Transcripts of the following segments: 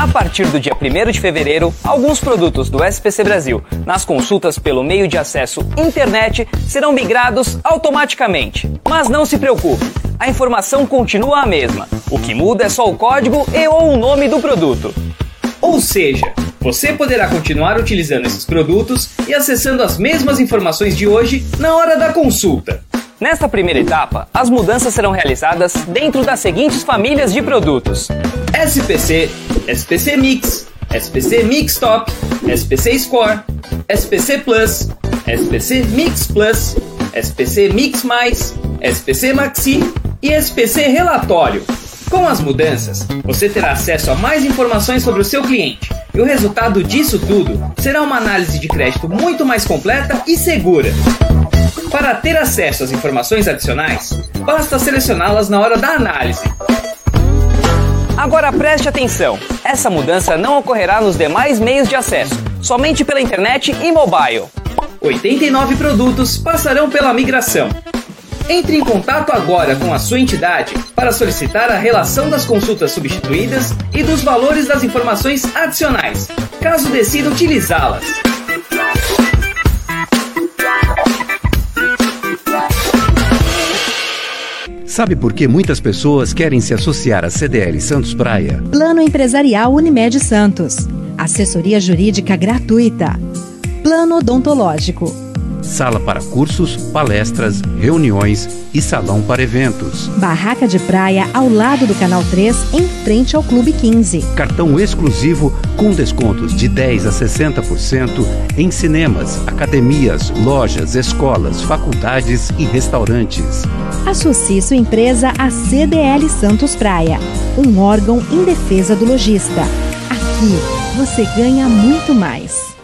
A partir do dia 1º de fevereiro, alguns produtos do SPC Brasil, nas consultas pelo meio de acesso internet, serão migrados automaticamente. Mas não se preocupe, a informação continua a mesma. O que muda é só o código e ou o nome do produto. Ou seja, você poderá continuar utilizando esses produtos e acessando as mesmas informações de hoje na hora da consulta. Nesta primeira etapa, as mudanças serão realizadas dentro das seguintes famílias de produtos: SPC, SPC Mix, SPC Mix Top, SPC Score, SPC Plus, SPC Mix Plus, SPC Mix Mais, SPC Maxi e SPC Relatório. Com as mudanças, você terá acesso a mais informações sobre o seu cliente. E o resultado disso tudo será uma análise de crédito muito mais completa e segura. Para ter acesso às informações adicionais, basta selecioná-las na hora da análise. Agora preste atenção, essa mudança não ocorrerá nos demais meios de acesso, somente pela internet e mobile. 89 produtos passarão pela migração. Entre em contato agora com a sua entidade para solicitar a relação das consultas substituídas e dos valores das informações adicionais, caso decida utilizá-las. Sabe por que muitas pessoas querem se associar à CDL Santos Praia? Plano Empresarial Unimed Santos. Assessoria Jurídica gratuita. Plano Odontológico. Sala para cursos, palestras, reuniões e salão para eventos. Barraca de praia ao lado do Canal 3, em frente ao Clube 15. Cartão exclusivo com descontos de 10% a 60% em cinemas, academias, lojas, escolas, faculdades e restaurantes. Associe sua empresa à CDL Santos Praia, um órgão em defesa do lojista. Aqui você ganha muito mais.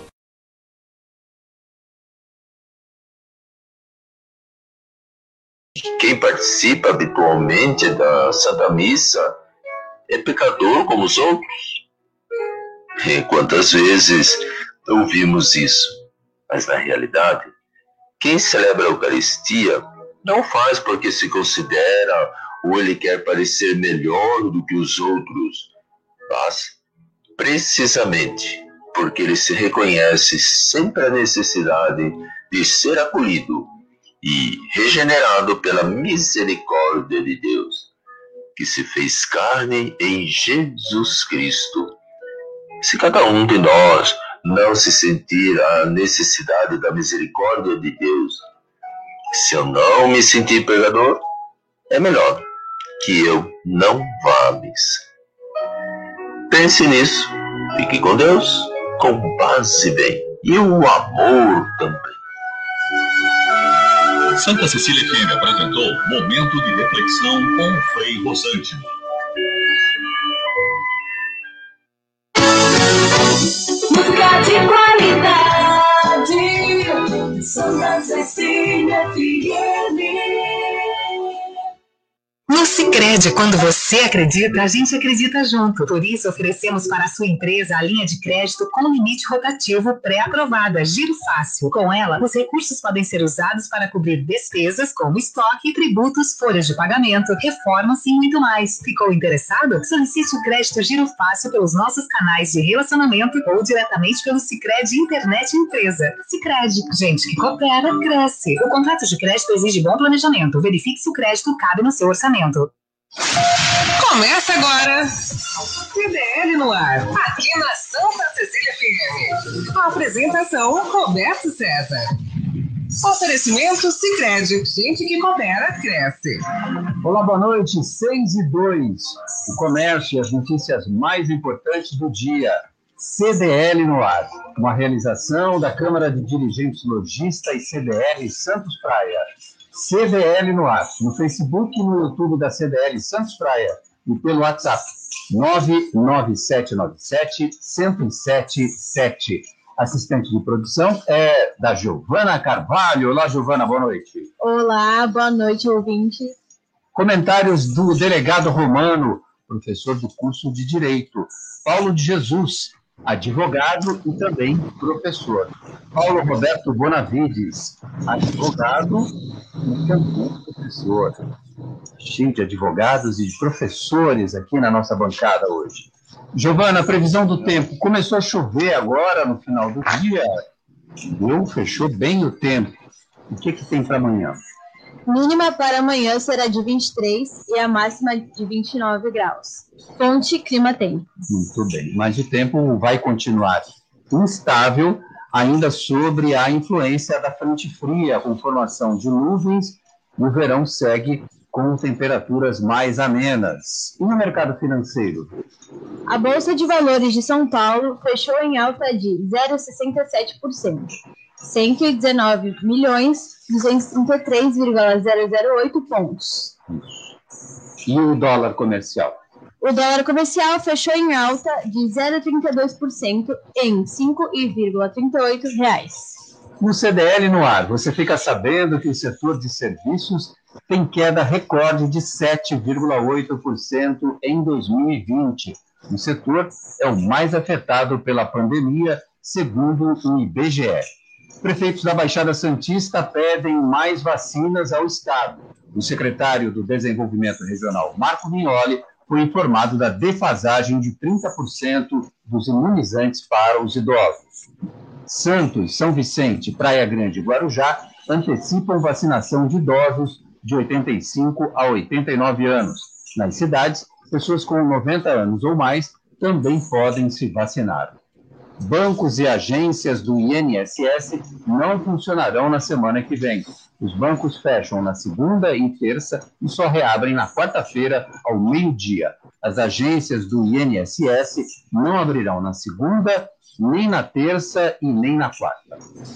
Quem participa habitualmente da Santa Missa é pecador como os outros. E quantas vezes ouvimos isso? Mas na realidade, quem celebra a Eucaristia não faz porque se considera ou ele quer parecer melhor do que os outros. Faz precisamente porque ele se reconhece sempre a necessidade de ser acolhido e regenerado pela misericórdia de Deus, que se fez carne em Jesus Cristo. Se cada um de nós não se sentir a necessidade da misericórdia de Deus, se eu não me sentir pecador, é melhor que eu não vá à missa. Pense nisso, fique com Deus, com paz e bem, e o amor também. Santa Cecília FM apresentou Momento de Reflexão com o Frei Rosântimo. Música de qualidade, Santa Cecília FM. No Sicredi, quando você acredita, a gente acredita junto. Por isso, oferecemos para a sua empresa a linha de crédito com limite rotativo pré-aprovada, Giro Fácil. Com ela, os recursos podem ser usados para cobrir despesas como estoque, tributos, folhas de pagamento, reformas e muito mais. Ficou interessado? Solicite o crédito Giro Fácil pelos nossos canais de relacionamento ou diretamente pelo Sicredi Internet Empresa. Sicredi, gente que coopera, cresce. O contrato de crédito exige bom planejamento. Verifique se o crédito cabe no seu orçamento. Começa agora CDL no ar, aqui na Santa Cecília FM. A apresentação, Roberto César. Oferecimento Sicredi, gente que coopera, cresce. Olá, boa noite, 6:02. O comércio e as notícias mais importantes do dia. CDL no ar, uma realização da Câmara de Dirigentes Logista e CDL Santos Praia. CDL no ar, no Facebook e no YouTube da CDL Santos Praia e pelo WhatsApp 99797-1077. Assistente de produção é da Giovana Carvalho. Olá, Giovana, boa noite. Olá, boa noite, ouvinte. Comentários do delegado Romano, professor do curso de Direito. Paulo de Jesus, advogado e também professor. Paulo Roberto Bonavides, advogado e também professor. Cheio de advogados e de professores aqui na nossa bancada hoje. Giovana, a previsão do tempo. Começou a chover agora no final do dia. Fechou bem o tempo. O que tem para amanhã? Mínima para amanhã será de 23 e a máxima de 29 graus. Fonte Clima Tempo. Muito bem. Mas o tempo vai continuar instável, ainda sobre a influência da frente fria, com formação de nuvens. O verão segue com temperaturas mais amenas. E no mercado financeiro? A Bolsa de Valores de São Paulo fechou em alta de 0,67%. 119.233,008 pontos. E o dólar comercial? O dólar comercial fechou em alta de 0,32% em R$ 5,38. No CDL no ar, você fica sabendo que o setor de serviços tem queda recorde de 7,8% em 2020. O setor é o mais afetado pela pandemia, segundo o IBGE. Prefeitos da Baixada Santista pedem mais vacinas ao Estado. O secretário do Desenvolvimento Regional, Marco Vignoli, foi informado da defasagem de 30% dos imunizantes para os idosos. Santos, São Vicente, Praia Grande e Guarujá antecipam vacinação de idosos de 85 a 89 anos. Nas cidades, pessoas com 90 anos ou mais também podem se vacinar. Bancos e agências do INSS não funcionarão na semana que vem. Os bancos fecham na segunda e terça e só reabrem na quarta-feira ao meio-dia. As agências do INSS não abrirão na segunda, nem na terça e nem na quarta.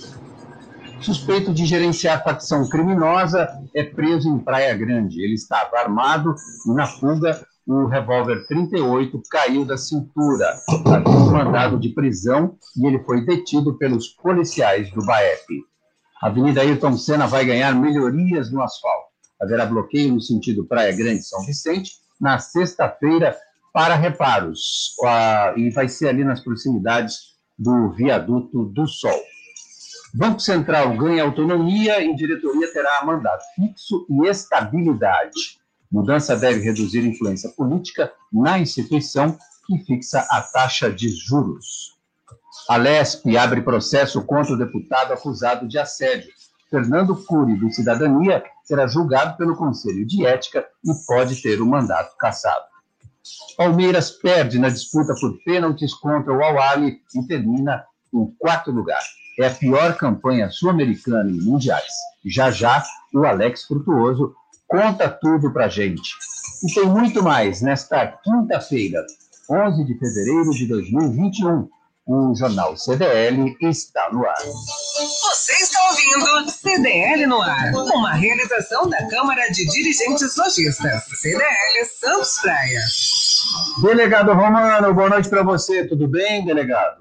Suspeito de gerenciar facção criminosa é preso em Praia Grande. Ele estava armado e na fuga o revólver 38 caiu da cintura. Havia um mandado de prisão e ele foi detido pelos policiais do BAEP. A Avenida Ayrton Senna vai ganhar melhorias no asfalto. Haverá bloqueio no sentido Praia Grande-São Vicente na sexta-feira para reparos. E vai ser ali nas proximidades do Viaduto do Sol. Banco Central ganha autonomia e diretoria terá mandato fixo e estabilidade. Mudança deve reduzir influência política na instituição que fixa a taxa de juros. A Lesp abre processo contra o deputado acusado de assédio. Fernando Cury, do Cidadania, será julgado pelo Conselho de Ética e pode ter o mandato cassado. Palmeiras perde na disputa por pênaltis contra o Al-Ahly e termina em quarto lugar. É a pior campanha sul-americana em mundiais. Já o Alex Frutuoso conta tudo pra gente. E tem muito mais nesta quinta-feira, 11 de fevereiro de 2021. O Jornal CDL está no ar. Você está ouvindo CDL no ar, uma realização da Câmara de Dirigentes Lojistas. CDL Santos Praia. Delegado Romano, boa noite para você. Tudo bem, delegado?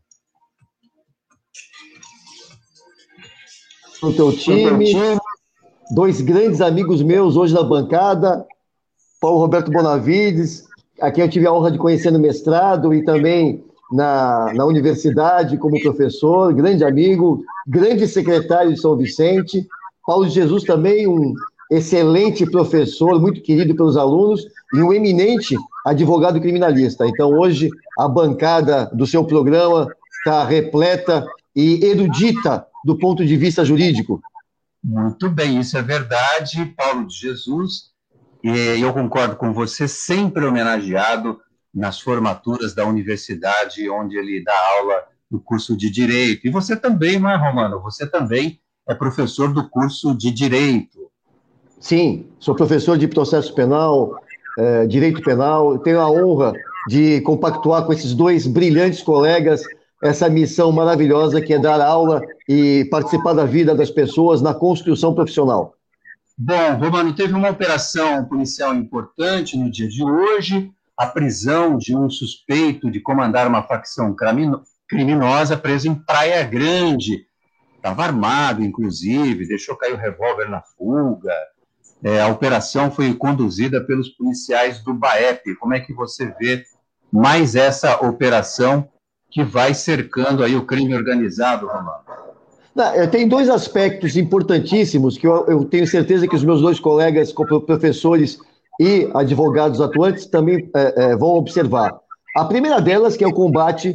O teu time, dois grandes amigos meus hoje na bancada, Paulo Roberto Bonavides, a quem eu tive a honra de conhecer no mestrado e também na universidade como professor, grande amigo, grande secretário de São Vicente, Paulo de Jesus também, um excelente professor, muito querido pelos alunos, e um eminente advogado criminalista. Então hoje a bancada do seu programa está repleta e erudita do ponto de vista jurídico. Muito bem, isso é verdade, Paulo de Jesus, e eu concordo com você, sempre homenageado nas formaturas da universidade, onde ele dá aula no curso de Direito. E você também, não é, Romano? Você também é professor do curso de Direito. Sim, sou professor de processo penal, direito penal, tenho a honra de compactuar com esses dois brilhantes colegas essa missão maravilhosa que é dar aula e participar da vida das pessoas na construção profissional. Bom, Romano, teve uma operação policial importante no dia de hoje, a prisão de um suspeito de comandar uma facção criminosa preso em Praia Grande. Estava armado, inclusive, deixou cair o revólver na fuga. A operação foi conduzida pelos policiais do BAEP. Como é que você vê mais essa operação que vai cercando aí o crime organizado, Romano? Tem dois aspectos importantíssimos que eu tenho certeza que os meus dois colegas, professores e advogados atuantes, também vão observar. A primeira delas, que é o combate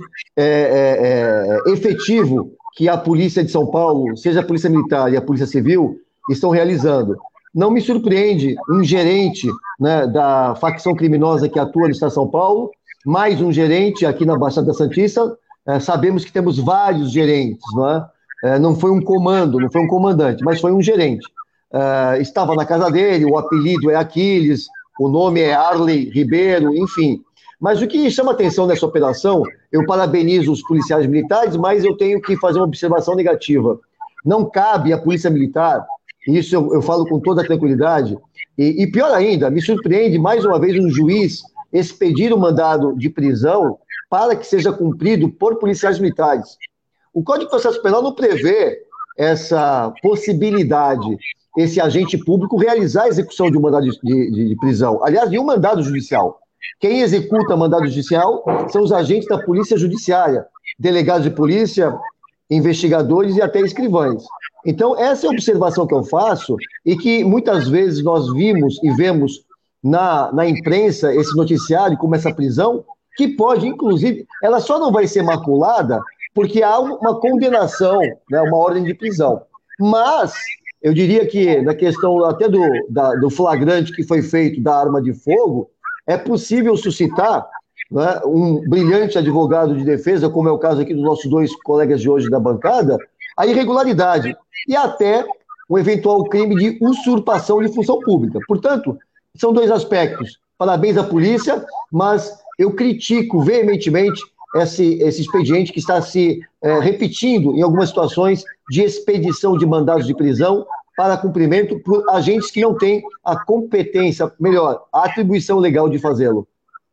efetivo que a Polícia de São Paulo, seja a Polícia Militar e a Polícia Civil, estão realizando. Não me surpreende um gerente, né, da facção criminosa que atua no Estado de São Paulo, mais um gerente aqui na Baixada Santista. Sabemos que temos vários gerentes, não é? Não foi um comando, não foi um comandante, mas foi um gerente. Estava na casa dele, o apelido é Aquiles, o nome é Arley Ribeiro, enfim. Mas o que chama atenção nessa operação, eu parabenizo os policiais militares, mas eu tenho que fazer uma observação negativa. Não cabe à Polícia Militar, e isso eu falo com toda a tranquilidade, e pior ainda, me surpreende mais uma vez um juiz expedir um mandado de prisão para que seja cumprido por policiais militares. O Código de Processo Penal não prevê essa possibilidade, esse agente público realizar a execução de um mandado de prisão. Aliás, de um mandado judicial. Quem executa mandado judicial são os agentes da Polícia Judiciária, delegados de polícia, investigadores e até escrivães. Então, essa é a observação que eu faço e que muitas vezes nós vimos e vemos na imprensa esse noticiário como essa prisão, que pode, inclusive, ela só não vai ser maculada porque há uma condenação, né, uma ordem de prisão. Mas, eu diria que na questão até do flagrante que foi feito da arma de fogo, é possível suscitar, né, um brilhante advogado de defesa, como é o caso aqui dos nossos dois colegas de hoje da bancada, a irregularidade e até um eventual crime de usurpação de função pública. Portanto, são dois aspectos. Parabéns à polícia, mas eu critico veementemente esse expediente que está se repetindo em algumas situações de expedição de mandados de prisão para cumprimento por agentes que não têm a competência, melhor, a atribuição legal de fazê-lo.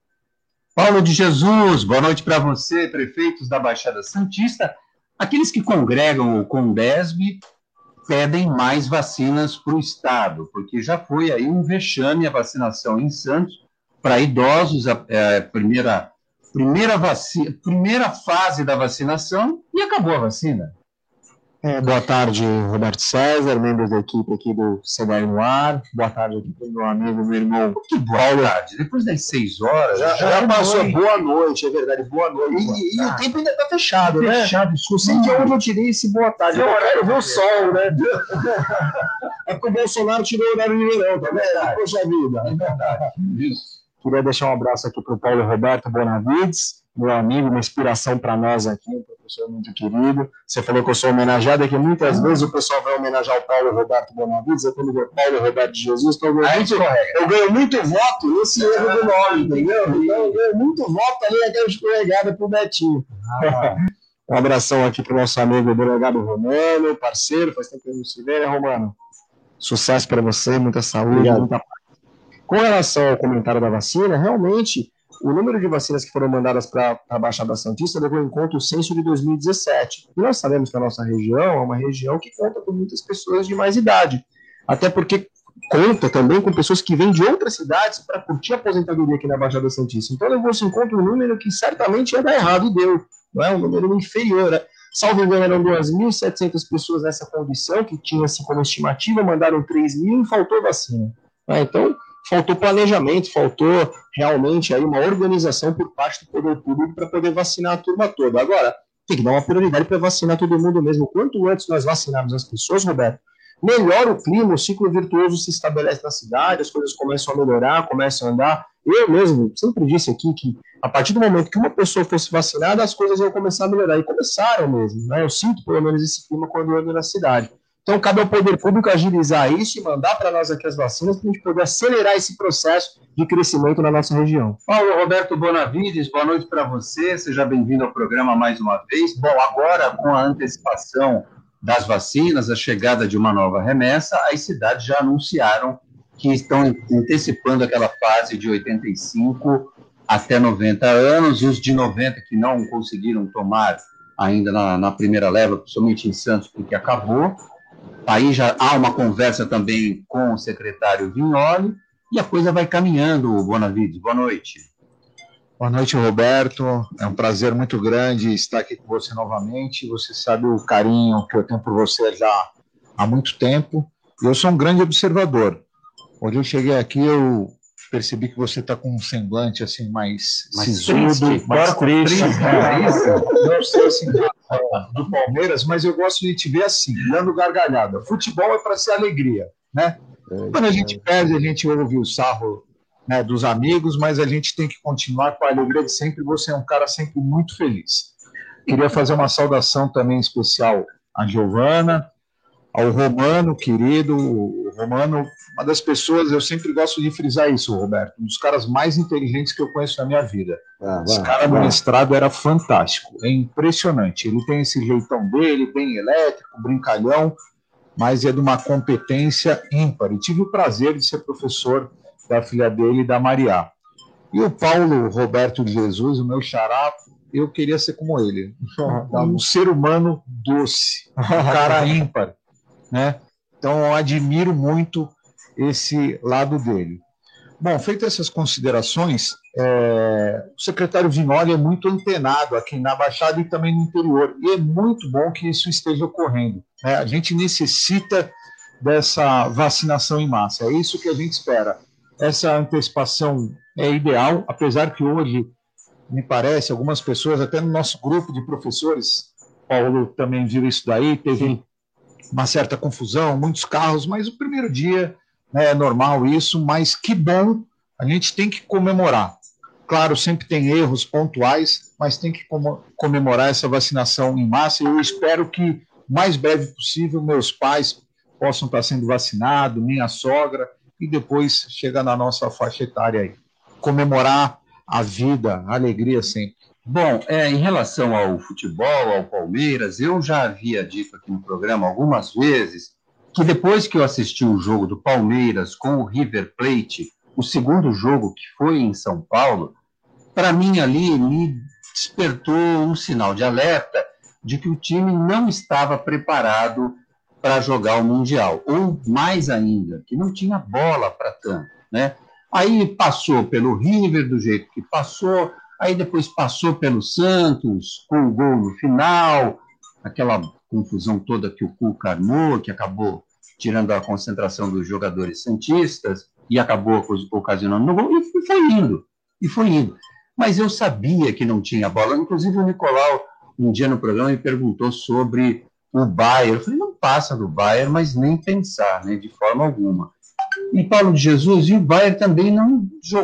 Paulo de Jesus, boa noite para você, prefeitos da Baixada Santista. Aqueles que congregam o Condesb pedem mais vacinas para o Estado, porque já foi aí um vexame a vacinação em Santos para idosos, a primeira fase da vacinação e acabou a vacina. Boa tarde, Roberto César, membros da equipe aqui do CDL no ar. Boa tarde aqui para o meu amigo, meu irmão. Que boa tarde. Depois das 6 horas. Já passou. Boa noite, é verdade. Boa noite. E o tempo ainda está fechado, né? Fechado, não sei de onde eu tirei esse boa tarde. Eu vou sol, né? É porque o Bolsonaro tirou o horário de verão, tá vendo? Poxa vida. É verdade. Isso. Queria deixar um abraço aqui para o Paulo Roberto Bonavides, meu amigo, uma inspiração para nós aqui, um professor muito querido. Você falou que eu sou homenageado, é que muitas vezes o pessoal vai homenagear o Paulo Roberto Bonavides, eu quando ver Paulo Roberto de Jesus, então eu ganho muito voto nesse erro do nome, entendeu? Então eu ganho muito voto ali naquela escorregada pro Betinho. Um abração aqui pro nosso amigo delegado Romano, parceiro, faz tempo que eu não se vê, né, Romano? Sucesso para você, muita saúde, muita paz. Com relação ao comentário da vacina, realmente, o número de vacinas que foram mandadas para a Baixada Santista levou em conta o censo de 2017. E nós sabemos que a nossa região é uma região que conta com muitas pessoas de mais idade. Até porque conta também com pessoas que vêm de outras cidades para curtir a aposentadoria aqui na Baixada Santista. Então levou-se em conta um número que certamente ia dar errado e deu. Não é um número inferior, né? Salvo engano, eram 2.700 pessoas nessa condição, que tinha-se como estimativa, mandaram 3.000 e faltou vacina. Então, faltou planejamento, faltou realmente aí uma organização por parte do poder público para poder vacinar a turma toda. Agora, tem que dar uma prioridade para vacinar todo mundo mesmo. Quanto antes nós vacinarmos as pessoas, Roberto, melhor o clima, o ciclo virtuoso se estabelece na cidade, as coisas começam a melhorar, começam a andar. Eu mesmo sempre disse aqui que a partir do momento que uma pessoa fosse vacinada, as coisas iam começar a melhorar. E começaram mesmo, né? Eu sinto pelo menos esse clima quando eu ando na cidade. Então, cabe ao poder público agilizar isso e mandar para nós aqui as vacinas para a gente poder acelerar esse processo de crescimento na nossa região. Paulo Roberto Bonavides, boa noite para você, seja bem-vindo ao programa mais uma vez. Bom, agora com a antecipação das vacinas, a chegada de uma nova remessa, as cidades já anunciaram que estão antecipando aquela fase de 85 até 90 anos, os de 90 que não conseguiram tomar ainda na primeira leva, principalmente em Santos, porque acabou. Aí já há uma conversa também com o secretário Vignoli e a coisa vai caminhando, Bonavides. Boa noite. Boa noite, Roberto. É um prazer muito grande estar aqui com você novamente. Você sabe o carinho que eu tenho por você já há muito tempo. E eu sou um grande observador. Quando eu cheguei aqui, eu percebi que você está com um semblante assim mais sisudo, mais triste. Não sei assim do Palmeiras, mas eu gosto de te ver assim, dando gargalhada. Futebol é para ser alegria, né? Quando a gente perde, a gente ouve o sarro, né, dos amigos, mas a gente tem que continuar com a alegria de sempre. Você é um cara sempre muito feliz. Queria fazer uma saudação também especial à Giovana, ao Romano, querido. O Romano, uma das pessoas, eu sempre gosto de frisar isso, Roberto, um dos caras mais inteligentes que eu conheço na minha vida. Esse cara no mestrado era fantástico, é impressionante. Ele tem esse jeitão dele, bem elétrico, brincalhão, mas é de uma competência ímpar. E tive o prazer de ser professor da filha dele, da Maria. E o Paulo Roberto de Jesus, o meu xará, eu queria ser como ele. Um ser humano doce, um cara ímpar, né? Então, eu admiro muito esse lado dele. Bom, feitas essas considerações, o secretário Vinoli é muito antenado aqui na Baixada e também no interior, e é muito bom que isso esteja ocorrendo, né? A gente necessita dessa vacinação em massa, é isso que a gente espera. Essa antecipação é ideal, apesar que hoje, me parece, algumas pessoas, até no nosso grupo de professores, Paulo também viu isso daí, teve uma certa confusão, muitos carros, mas o primeiro dia, né, é normal isso, mas que bom, a gente tem que comemorar. Claro, sempre tem erros pontuais, mas tem que comemorar essa vacinação em massa, e eu espero que, o mais breve possível, meus pais possam estar sendo vacinados, minha sogra, e depois chegar na nossa faixa etária aí. Comemorar a vida, a alegria sempre. Bom, em relação ao futebol, ao Palmeiras, eu já havia dito aqui no programa algumas vezes que depois que eu assisti o jogo do Palmeiras com o River Plate, o segundo jogo que foi em São Paulo, para mim ali me despertou um sinal de alerta de que o time não estava preparado para jogar o Mundial, ou mais ainda, que não tinha bola para tanto, né? Aí passou pelo River do jeito que passou, aí depois passou pelo Santos, com o gol no final, aquela confusão toda que o Cuca armou, que acabou tirando a concentração dos jogadores santistas, e acabou ocasionando no gol, e foi indo. Mas eu sabia que não tinha bola, inclusive o Nicolau, um dia no programa, me perguntou sobre o Bayern. Eu falei, não passa do Bayern, mas nem pensar, né, de forma alguma. E Paulo de Jesus, e o Bayern também não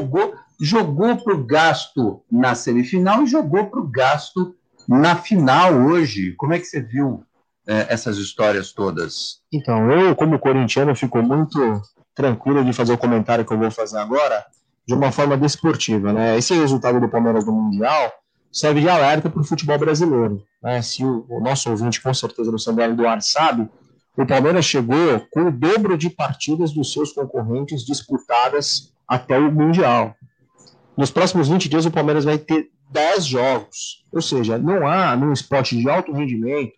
jogou para o gasto na semifinal e jogou para o gasto na final hoje. Como é que você viu essas histórias todas? Então, eu, como corintiano, fico muito tranquilo de fazer o comentário que eu vou fazer agora de uma forma desportiva, né? Esse resultado do Palmeiras no Mundial serve de alerta para o futebol brasileiro, né? Se o nosso ouvinte, com certeza, no São Belo do Ar sabe, o Palmeiras chegou com o dobro de partidas dos seus concorrentes disputadas até o Mundial. Nos próximos 20 dias, o Palmeiras vai ter 10 jogos. Ou seja, não há, num esporte de alto rendimento,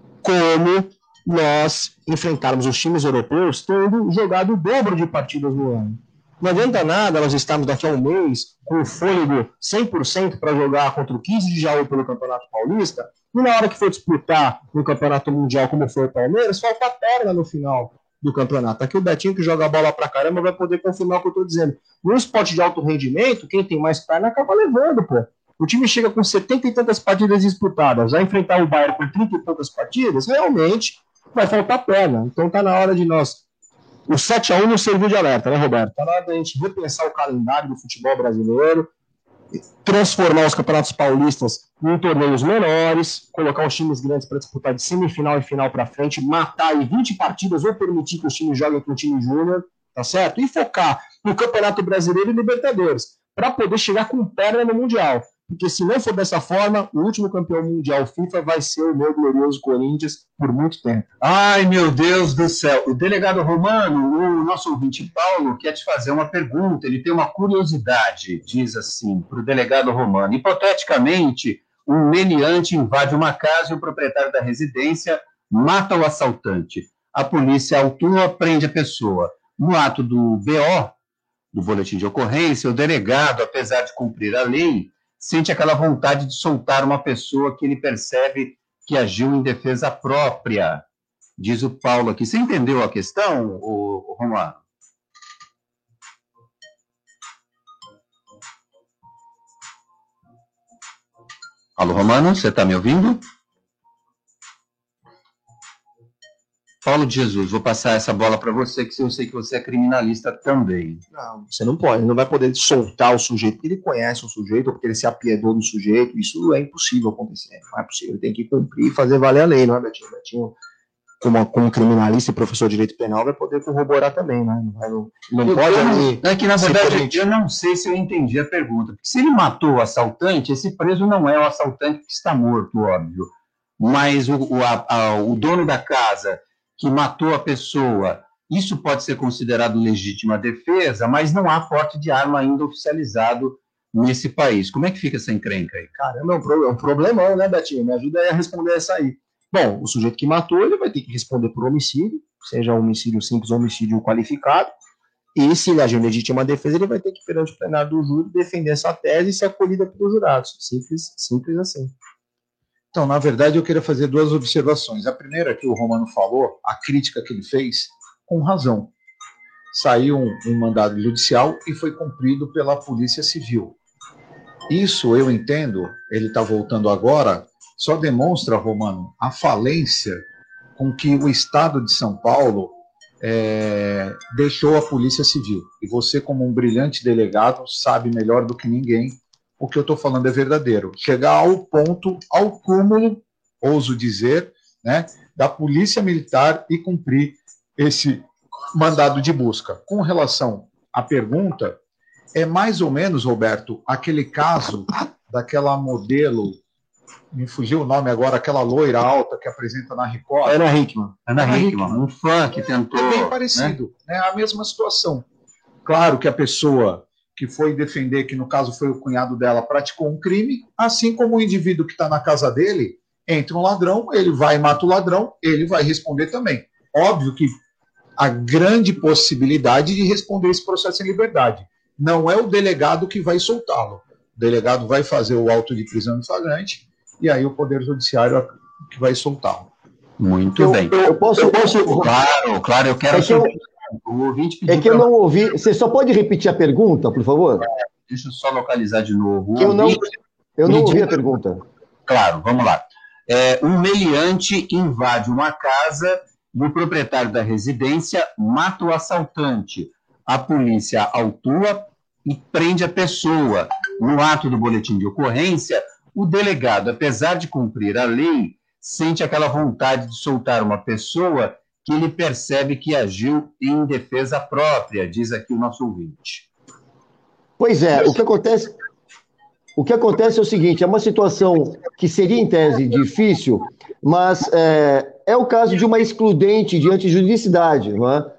como nós enfrentarmos os times europeus tendo jogado o dobro de partidas no ano. Não adianta nada nós estarmos daqui a um mês com o fôlego 100% para jogar contra o 15 de Jaú pelo Campeonato Paulista, e na hora que for disputar no Campeonato Mundial, como foi o Palmeiras, falta a perna no final do campeonato. Aqui o Betinho, que joga a bola pra caramba, vai poder confirmar o que eu tô dizendo. No esporte de alto rendimento, quem tem mais perna acaba levando, pô. O time chega com 70 e tantas partidas disputadas, vai enfrentar o Bayern com 30 e tantas partidas, realmente vai faltar perna. Então tá na hora de nós... O 7-1 não serviu de alerta, né, Roberto? Tá na hora da gente repensar o calendário do futebol brasileiro, transformar os campeonatos paulistas em torneios menores, colocar os times grandes para disputar de semifinal e final para frente, matar aí 20 partidas ou permitir que os times joguem com o time júnior, tá certo? E focar no Campeonato Brasileiro e Libertadores, para poder chegar com perna no Mundial. Porque se não for dessa forma, o último campeão mundial FIFA vai ser o meu glorioso Corinthians por muito tempo. Ai, meu Deus do céu. O delegado Romano, o nosso ouvinte Paulo, quer te fazer uma pergunta. Ele tem uma curiosidade, diz assim, para o delegado Romano. Hipoteticamente, um meliante invade uma casa e o proprietário da residência mata o assaltante. A polícia autua, prende a pessoa. No ato do BO, do boletim de ocorrência, o delegado, apesar de cumprir a lei, sente aquela vontade de soltar uma pessoa que ele percebe que agiu em defesa própria. Diz o Paulo aqui. Você entendeu a questão, Romano? Alô, Romano, você está me ouvindo? Paulo de Jesus, vou passar essa bola para você, que eu sei que você é criminalista também. Não, você não pode, não vai poder soltar o sujeito, porque ele conhece o sujeito, ou porque ele se apiedou do sujeito, isso é impossível acontecer, não é possível, ele tem que cumprir e fazer valer a lei, não é, Betinho? Betinho, como criminalista e professor de direito penal, vai poder corroborar também, né? Não pode ali... É que, na verdade, eu não sei se eu entendi a pergunta, porque se ele matou o assaltante, esse preso não é o assaltante que está morto, óbvio, mas o dono da casa que matou a pessoa, isso pode ser considerado legítima defesa, mas não há porte de arma ainda oficializado nesse país. Como é que fica essa encrenca aí? Caramba, é um problemão, né, Betinho? Me ajuda aí a responder essa aí. Bom, o sujeito que matou, ele vai ter que responder por homicídio, seja homicídio simples ou homicídio qualificado, e se ele agir em legítima defesa, ele vai ter que, perante o plenário do júri, defender essa tese e ser acolhida pelos jurados. Simples assim. Então, na verdade, eu queria fazer duas observações. A primeira, que o Romano falou, a crítica que ele fez, com razão. Saiu um mandado judicial e foi cumprido pela Polícia Civil. Isso, eu entendo, ele está voltando agora, só demonstra, Romano, a falência com que o Estado de São Paulo deixou a Polícia Civil. E você, como um brilhante delegado, sabe melhor do que ninguém o que eu estou falando é verdadeiro. Chegar ao ponto, ao cúmulo, ouso dizer, né, da Polícia Militar e cumprir esse mandado de busca. Com relação à pergunta, é mais ou menos, Roberto, aquele caso daquela modelo, me fugiu o nome agora, aquela loira alta que apresenta na Record. Ana Hickman. Ana Hickman, um fã que tentou... É bem parecido, né? A mesma situação. Claro que a pessoa que foi defender, que no caso foi o cunhado dela, praticou um crime, assim como o indivíduo que está na casa dele, entra um ladrão, ele vai e mata o ladrão, ele vai responder também. Óbvio que há grande possibilidade de responder esse processo em liberdade. Não é o delegado que vai soltá-lo. O delegado vai fazer o auto de prisão em flagrante e aí o Poder Judiciário que vai soltá-lo. Muito bem. Eu posso... Claro, eu quero... É que eu não ouvi. Você só pode repetir a pergunta, por favor? Deixa eu só localizar de novo. Eu não ouvi a pergunta. Claro, vamos lá. Um meliante invade uma casa do proprietário da residência, mata o assaltante. A polícia autua e prende a pessoa. No ato do boletim de ocorrência, o delegado, apesar de cumprir a lei, sente aquela vontade de soltar uma pessoa que ele percebe que agiu em defesa própria, diz aqui o nosso ouvinte. Pois é, o que acontece é o seguinte, é uma situação que seria em tese difícil, mas é o caso de uma excludente de antijuridicidade, não é?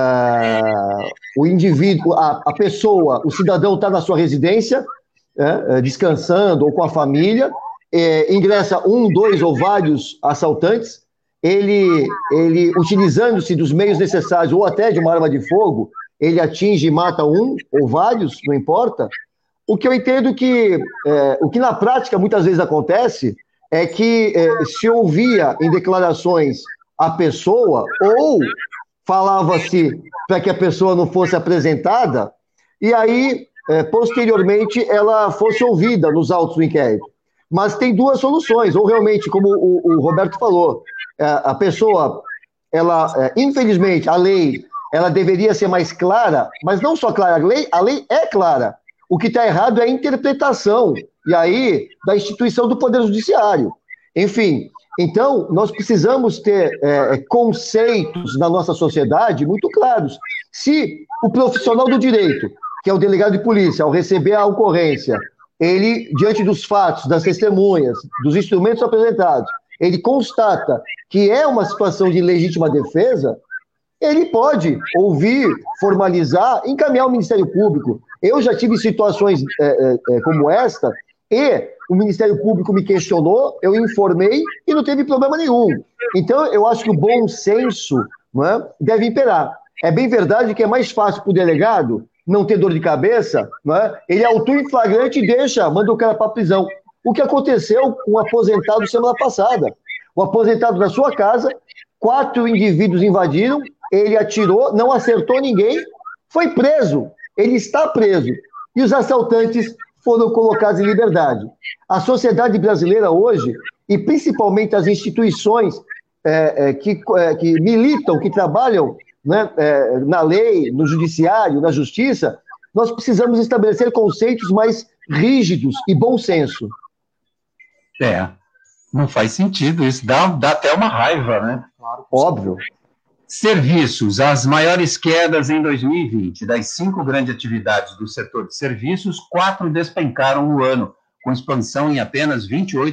O indivíduo, a pessoa, o cidadão está na sua residência, descansando ou com a família, ingressa um, dois ou vários assaltantes, ele utilizando-se dos meios necessários ou até de uma arma de fogo, ele atinge e mata um ou vários, não importa. O que eu entendo que, o que na prática muitas vezes acontece é que se ouvia em declarações a pessoa ou falava-se para que a pessoa não fosse apresentada e aí, posteriormente, ela fosse ouvida nos autos do inquérito. Mas tem duas soluções, ou realmente, como o Roberto falou, a pessoa, ela, infelizmente, a lei, ela deveria ser mais clara, mas não só clara, a lei é clara. O que está errado é a interpretação, e aí, da instituição do Poder Judiciário. Enfim, então, nós precisamos ter conceitos na nossa sociedade muito claros. Se o profissional do direito, que é o delegado de polícia, ao receber a ocorrência, ele, diante dos fatos, das testemunhas, dos instrumentos apresentados, ele constata que é uma situação de legítima defesa, ele pode ouvir, formalizar, encaminhar ao Ministério Público. Eu já tive situações como esta, e o Ministério Público me questionou, eu informei e não teve problema nenhum. Então, eu acho que o bom senso, não é, deve imperar. É bem verdade que é mais fácil para o delegado não ter dor de cabeça, não é? Ele autua em flagrante e manda o cara para a prisão. O que aconteceu com o aposentado semana passada? O aposentado na sua casa, 4 indivíduos invadiram, ele atirou, não acertou ninguém, foi preso. Ele está preso. E os assaltantes foram colocados em liberdade. A sociedade brasileira hoje, e principalmente as instituições que militam, que trabalham, né, na lei, no judiciário, na justiça, nós precisamos estabelecer conceitos mais rígidos e bom senso. Não faz sentido isso, dá até uma raiva, né? Claro, óbvio. Serviços, as maiores quedas em 2020. Das 5 grandes atividades do setor de serviços, 4 despencaram no ano, com expansão em apenas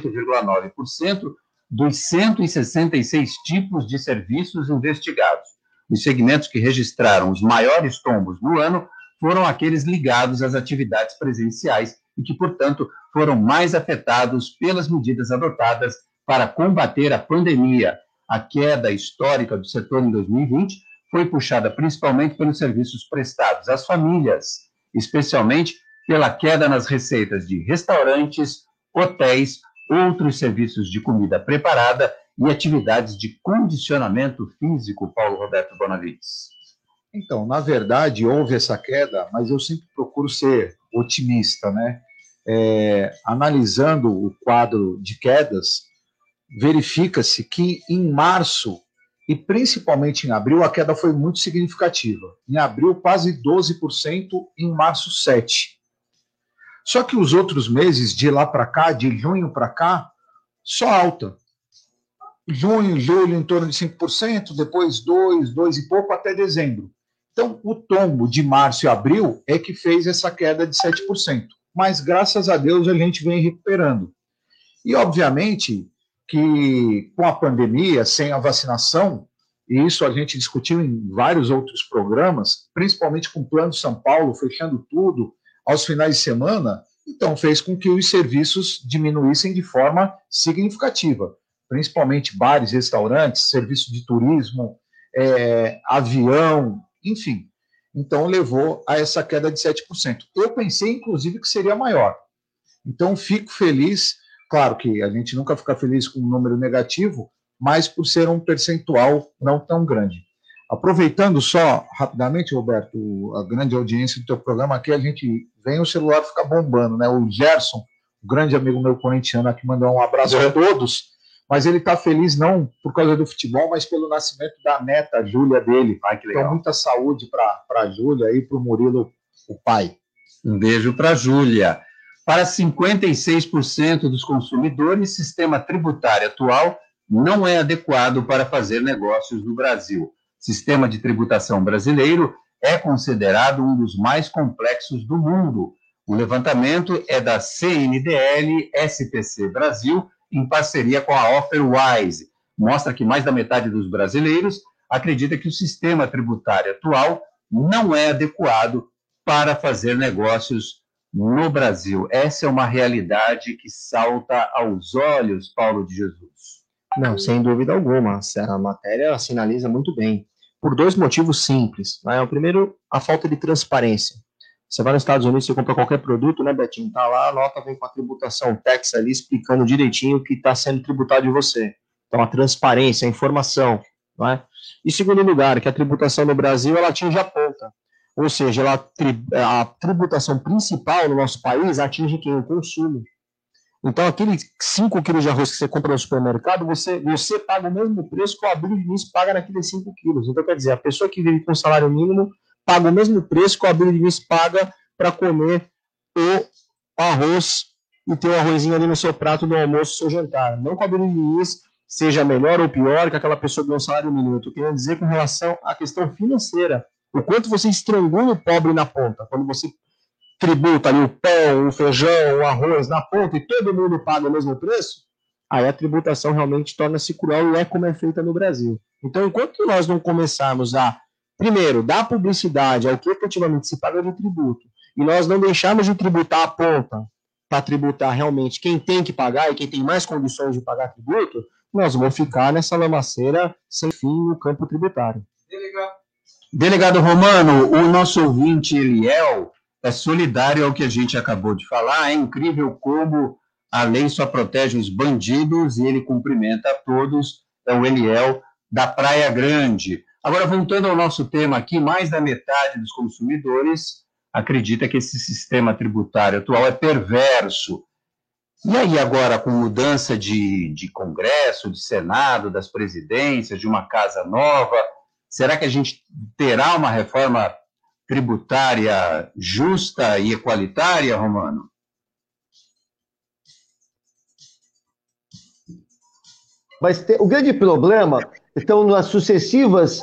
28,9% dos 166 tipos de serviços investigados. Os segmentos que registraram os maiores tombos no ano foram aqueles ligados às atividades presenciais e que, portanto, foram mais afetados pelas medidas adotadas para combater a pandemia. A queda histórica do setor em 2020 foi puxada principalmente pelos serviços prestados às famílias, especialmente pela queda nas receitas de restaurantes, hotéis, outros serviços de comida preparada e atividades de condicionamento físico, Paulo Roberto Bonavides. Então, na verdade, houve essa queda, mas eu sempre procuro ser otimista, né? Analisando o quadro de quedas, verifica-se que em março e principalmente em abril a queda foi muito significativa. Em abril, quase 12%, em março, 7%. Só que os outros meses, de lá para cá, de junho para cá, só alta. Junho, julho, em torno de 5%, depois 2% e pouco, até dezembro. Então, o tombo de março e abril é que fez essa queda de 7%. Mas, graças a Deus, a gente vem recuperando. E, obviamente, que com a pandemia, sem a vacinação, e isso a gente discutiu em vários outros programas, principalmente com o Plano São Paulo, fechando tudo aos finais de semana, então fez com que os serviços diminuíssem de forma significativa, principalmente bares, restaurantes, serviço de turismo, avião, enfim. Então levou a essa queda de 7%. Eu pensei, inclusive, que seria maior. Então fico feliz. Claro que a gente nunca fica feliz com um número negativo, mas por ser um percentual não tão grande. Aproveitando só, rapidamente, Roberto, a grande audiência do teu programa aqui, a gente vem o celular fica bombando, né? O Gerson, o grande amigo meu corintiano aqui, mandou um abraço a todos, mas ele está feliz não por causa do futebol, mas pelo nascimento da neta, a Júlia dele. Ai, que legal. Então, muita saúde para a Júlia e para o Murilo, o pai. Um beijo para a Júlia. Para 56% dos consumidores, o sistema tributário atual não é adequado para fazer negócios no Brasil. O sistema de tributação brasileiro é considerado um dos mais complexos do mundo. O levantamento é da CNDL SPC Brasil, em parceria com a Offerwise. Mostra que mais da metade dos brasileiros acredita que o sistema tributário atual não é adequado para fazer negócios no Brasil. Essa é uma realidade que salta aos olhos, Paulo de Jesus. Não, sem dúvida alguma. A matéria sinaliza muito bem. Por 2 motivos simples. Né? O primeiro, a falta de transparência. Você vai nos Estados Unidos, você compra qualquer produto, né, Betinho? Tá lá, a nota vem com a tributação, o tax ali, explicando direitinho o que está sendo tributado de você. Então, a transparência, a informação. Não é? E segundo lugar, que a tributação no Brasil, ela atinge a ponta. Ou seja, a tributação principal no nosso país atinge quem? O consumo. Então, aqueles 5 quilos de arroz que você compra no supermercado, você paga o mesmo preço que o Abílio Diniz paga naqueles 5 quilos. Então, quer dizer, a pessoa que vive com salário mínimo paga o mesmo preço que o Abílio Diniz paga para comer o arroz e ter o arrozinho ali no seu prato do almoço, seu jantar. Não que o Abílio Diniz seja melhor ou pior que aquela pessoa que ganha um salário mínimo. Eu estou querendo dizer com relação à questão financeira. O quanto você estrangula o pobre na ponta. Quando você tributa ali o pão, o feijão, o arroz na ponta e todo mundo paga o mesmo preço, aí a tributação realmente torna-se cruel e é como é feita no Brasil. Então, enquanto nós não começarmos a, primeiro, dar publicidade ao que efetivamente se paga de tributo, e nós não deixarmos de tributar a ponta para tributar realmente quem tem que pagar e quem tem mais condições de pagar tributo, nós vamos ficar nessa lamaceira sem fim no campo tributário. Delegado Romano, o nosso ouvinte Eliel é solidário ao que a gente acabou de falar. É incrível como a lei só protege os bandidos e ele cumprimenta a todos. É o Eliel da Praia Grande. Agora, voltando ao nosso tema aqui, mais da metade dos consumidores acredita que esse sistema tributário atual é perverso. E aí agora, com mudança de Congresso, de Senado, das presidências, de uma casa nova, será que a gente terá uma reforma tributária justa e equalitária, Romano? Mas o grande problema estão nas sucessivas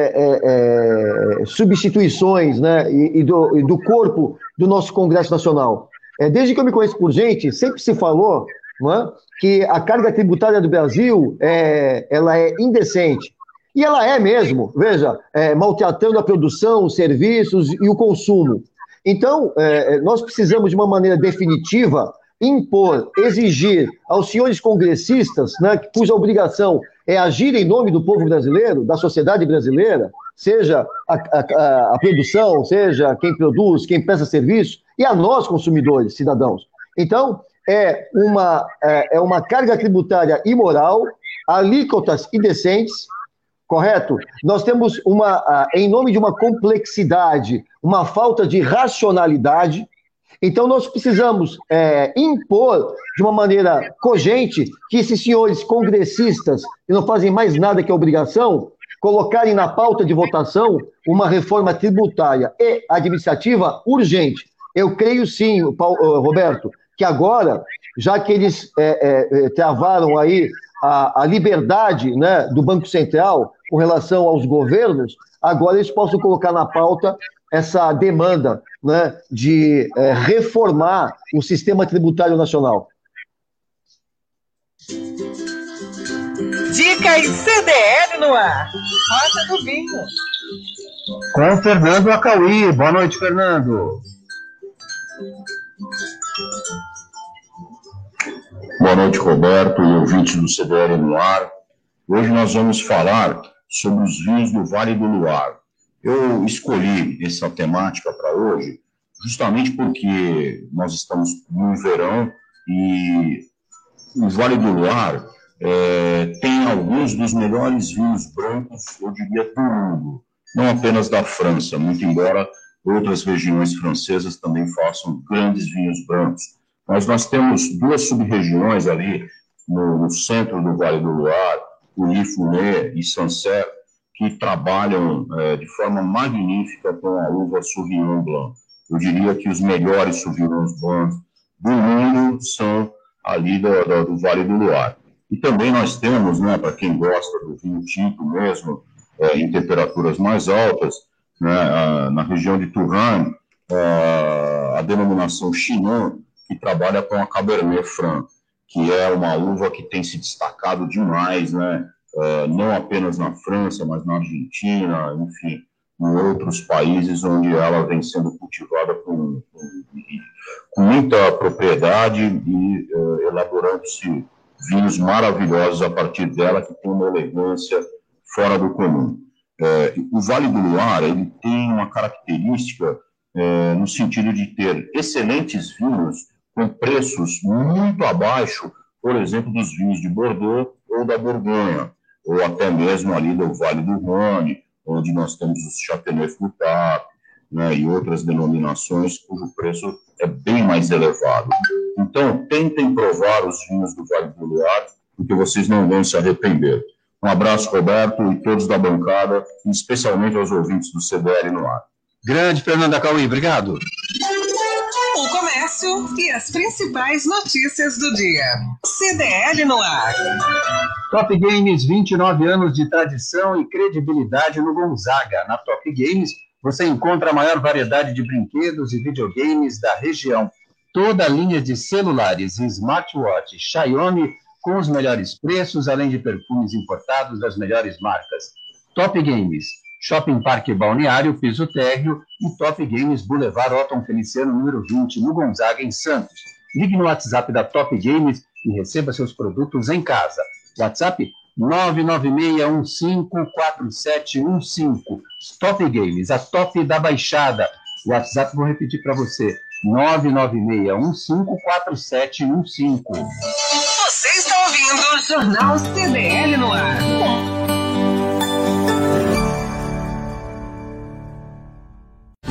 substituições, né, e do corpo do nosso Congresso Nacional. Desde que eu me conheço por gente, sempre se falou, não é, que a carga tributária do Brasil ela é indecente. E ela é mesmo, veja, maltratando a produção, os serviços e o consumo. Então, nós precisamos, de uma maneira definitiva, impor, exigir aos senhores congressistas, né, cuja obrigação é agir em nome do povo brasileiro, da sociedade brasileira, seja a produção, seja quem produz, quem presta serviço, e a nós, consumidores, cidadãos. Então, é uma carga tributária imoral, alíquotas indecentes, correto? Nós temos, em nome de uma complexidade, uma falta de racionalidade. Então, nós precisamos impor de uma maneira cogente que esses senhores congressistas, que não fazem mais nada que a obrigação, colocarem na pauta de votação uma reforma tributária e administrativa urgente. Eu creio sim, Roberto, que agora, já que eles travaram aí a liberdade, né, do Banco Central com relação aos governos, agora eles possam colocar na pauta essa demanda, né, de reformar o sistema tributário nacional. Dicas CDL no ar. Rota do Vinho. Com o Fernando Acauí. Boa noite, Fernando. Boa noite, Roberto e ouvintes do CDL no ar. Hoje nós vamos falar sobre os vinhos do Vale do Luar. Eu escolhi essa temática para hoje justamente porque nós estamos no verão e o Vale do Luar tem alguns dos melhores vinhos brancos, eu diria, do mundo. Não apenas da França, muito embora outras regiões francesas também façam grandes vinhos brancos. Mas nós temos duas sub-regiões ali no centro do Vale do Luar, o Ifuné e Sancerre, que trabalham de forma magnífica com a uva Sauvignon Blanc. Eu diria que os melhores Sauvignons Blanc do mundo são ali do Vale do Luar. E também nós temos, né, para quem gosta do vinho tinto mesmo, em temperaturas mais altas, né, na região de Touraine, a denominação Chinon, que trabalha com a Cabernet Franc, que é uma uva que tem se destacado demais, né, não apenas na França, mas na Argentina, enfim, em outros países onde ela vem sendo cultivada com muita propriedade e elaborando-se vinhos maravilhosos a partir dela, que tem uma elegância fora do comum. O Vale do Luar, ele tem uma característica no sentido de ter excelentes vinhos com preços muito abaixo, por exemplo, dos vinhos de Bordeaux ou da Borgonha, ou até mesmo ali do Vale do Rhône, onde nós temos os Châteauneuf du Pape, né, e outras denominações cujo preço é bem mais elevado. Então, tentem provar os vinhos do Vale do Luar, porque vocês não vão se arrepender. Um abraço, Roberto, e todos da bancada, e especialmente aos ouvintes do CDL no ar. Grande Fernando Acauí, obrigado. O comércio e as principais notícias do dia. CDL no ar. Top Games, 29 anos de tradição e credibilidade no Gonzaga. Na Top Games, você encontra a maior variedade de brinquedos e videogames da região. Toda a linha de celulares e smartwatch Xiaomi com os melhores preços, além de perfumes importados das melhores marcas. Top Games, Shopping Parque Balneário, Piso Térreo e Top Games Boulevard Otton Feliciano, número 20, no Gonzaga, em Santos. Ligue no WhatsApp da Top Games e receba seus produtos em casa. WhatsApp 996154715. Top Games, a top da Baixada. WhatsApp, vou repetir para você, 996154715. Você está ouvindo o Jornal CDL no ar.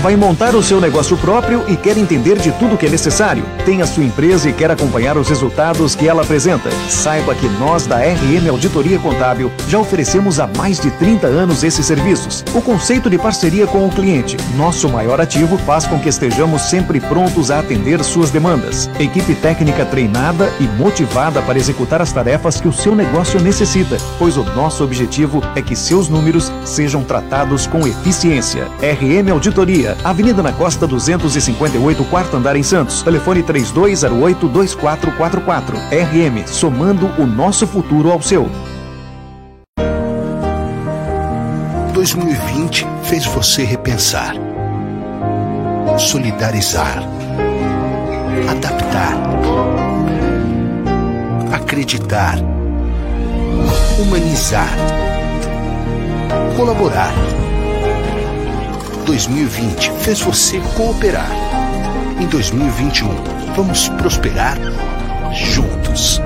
Vai montar o seu negócio próprio e quer entender de tudo que é necessário? Tem a sua empresa e quer acompanhar os resultados que ela apresenta? Saiba que nós da RM Auditoria Contábil já oferecemos há mais de 30 anos esses serviços. O conceito de parceria com o cliente, nosso maior ativo, faz com que estejamos sempre prontos a atender suas demandas. Equipe técnica treinada e motivada para executar as tarefas que o seu negócio necessita, pois o nosso objetivo é que seus números sejam tratados com eficiência. RM Auditoria, Avenida na Costa 258, quarto andar em Santos. Telefone 3208-2444. RM, somando o nosso futuro ao seu. 2020 fez você repensar, solidarizar, adaptar, acreditar, humanizar, colaborar. 2020 fez você cooperar. Em 2021, vamos prosperar juntos.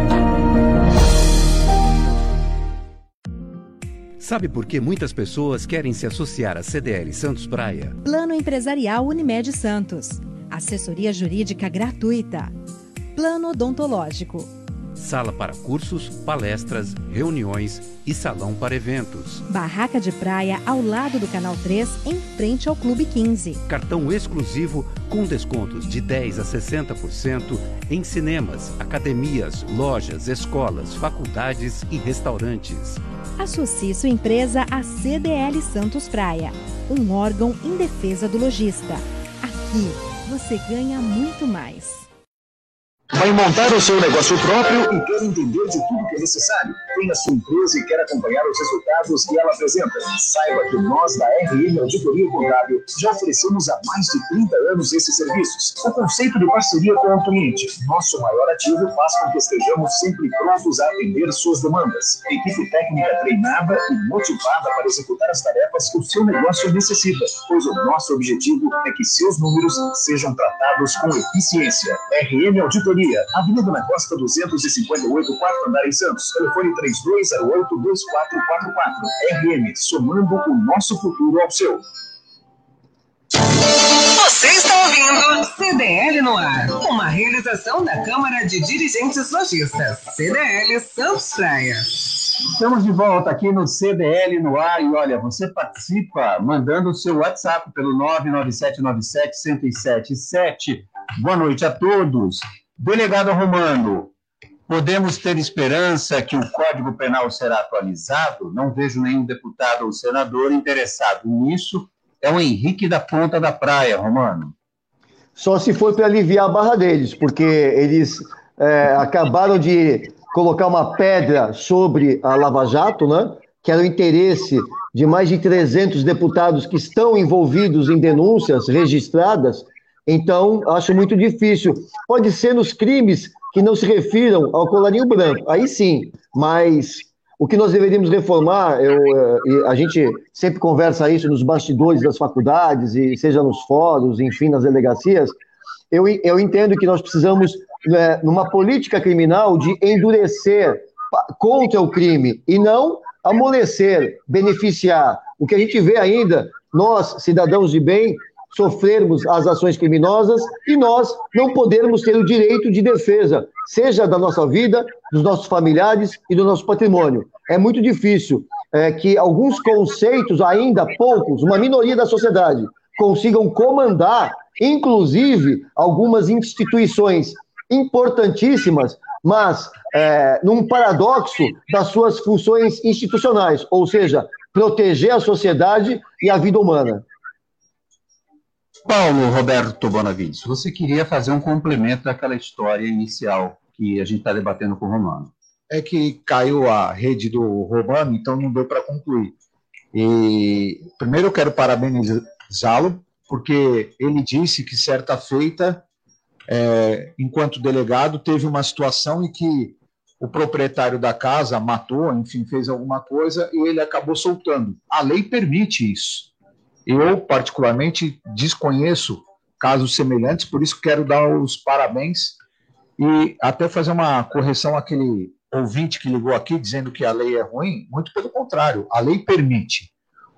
Sabe por que muitas pessoas querem se associar à CDL Santos Praia? Plano Empresarial Unimed Santos. Assessoria Jurídica gratuita. Plano Odontológico. Sala para cursos, palestras, reuniões e salão para eventos. Barraca de praia ao lado do Canal 3, em frente ao Clube 15. Cartão exclusivo com descontos de 10% a 60% em cinemas, academias, lojas, escolas, faculdades e restaurantes. Associe sua empresa à CDL Santos Praia, um órgão em defesa do lojista. Aqui você ganha muito mais. Vai montar o seu negócio próprio e quer entender de tudo que é necessário? Tem a sua empresa e quer acompanhar os resultados que ela apresenta? Saiba que nós da RM Auditoria Contábil já oferecemos há mais de 30 anos esses serviços. O conceito de parceria com o cliente, nosso maior ativo, faz com que estejamos sempre prontos a atender suas demandas. Equipe técnica treinada e motivada para executar as tarefas que o seu negócio necessita, pois o nosso objetivo é que seus números sejam tratados com eficiência. RM Auditoria, Avenida na Costa 258, quarto andar em Santos. Telefone 3208-2444. RM, somando o nosso futuro ao seu. Você está ouvindo CDL no ar, uma realização da Câmara de Dirigentes Lojistas. CDL Santos Praia. Estamos de volta aqui no CDL no ar e olha, você participa mandando o seu WhatsApp pelo 99797-1077. Boa noite a todos. Delegado Romano, podemos ter esperança que o Código Penal será atualizado? Não vejo nenhum deputado ou senador interessado nisso. É o Henrique da Ponta da Praia, Romano. Só se for para aliviar a barra deles, porque eles acabaram de colocar uma pedra sobre a Lava Jato, né? Que era o interesse de mais de 300 deputados que estão envolvidos em denúncias registradas. Então, acho muito difícil. Pode ser nos crimes que não se refiram ao colarinho branco, aí sim, mas o que nós deveríamos reformar, a gente sempre conversa isso nos bastidores das faculdades, e seja nos fóruns, enfim, nas delegacias, eu entendo que nós precisamos, numa política criminal, de endurecer contra o crime, e não amolecer, beneficiar. O que a gente vê ainda, nós, cidadãos de bem, sofrermos as ações criminosas e nós não podermos ter o direito de defesa, seja da nossa vida, dos nossos familiares e do nosso patrimônio. É muito difícil que alguns conceitos, ainda poucos, uma minoria da sociedade, consigam comandar, inclusive, algumas instituições importantíssimas, mas num paradoxo das suas funções institucionais, ou seja, proteger a sociedade e a vida humana. Paulo Roberto Bonavides, você queria fazer um complemento daquela história inicial que a gente está debatendo com o Romano. É que caiu a rede do Romano, então não deu para concluir. E primeiro eu quero parabenizá-lo, porque ele disse que certa feita, enquanto delegado, teve uma situação em que o proprietário da casa matou, enfim, fez alguma coisa e ele acabou soltando. A lei permite isso. Eu, particularmente, desconheço casos semelhantes, por isso quero dar os parabéns e até fazer uma correção àquele ouvinte que ligou aqui dizendo que a lei é ruim. Muito pelo contrário, a lei permite.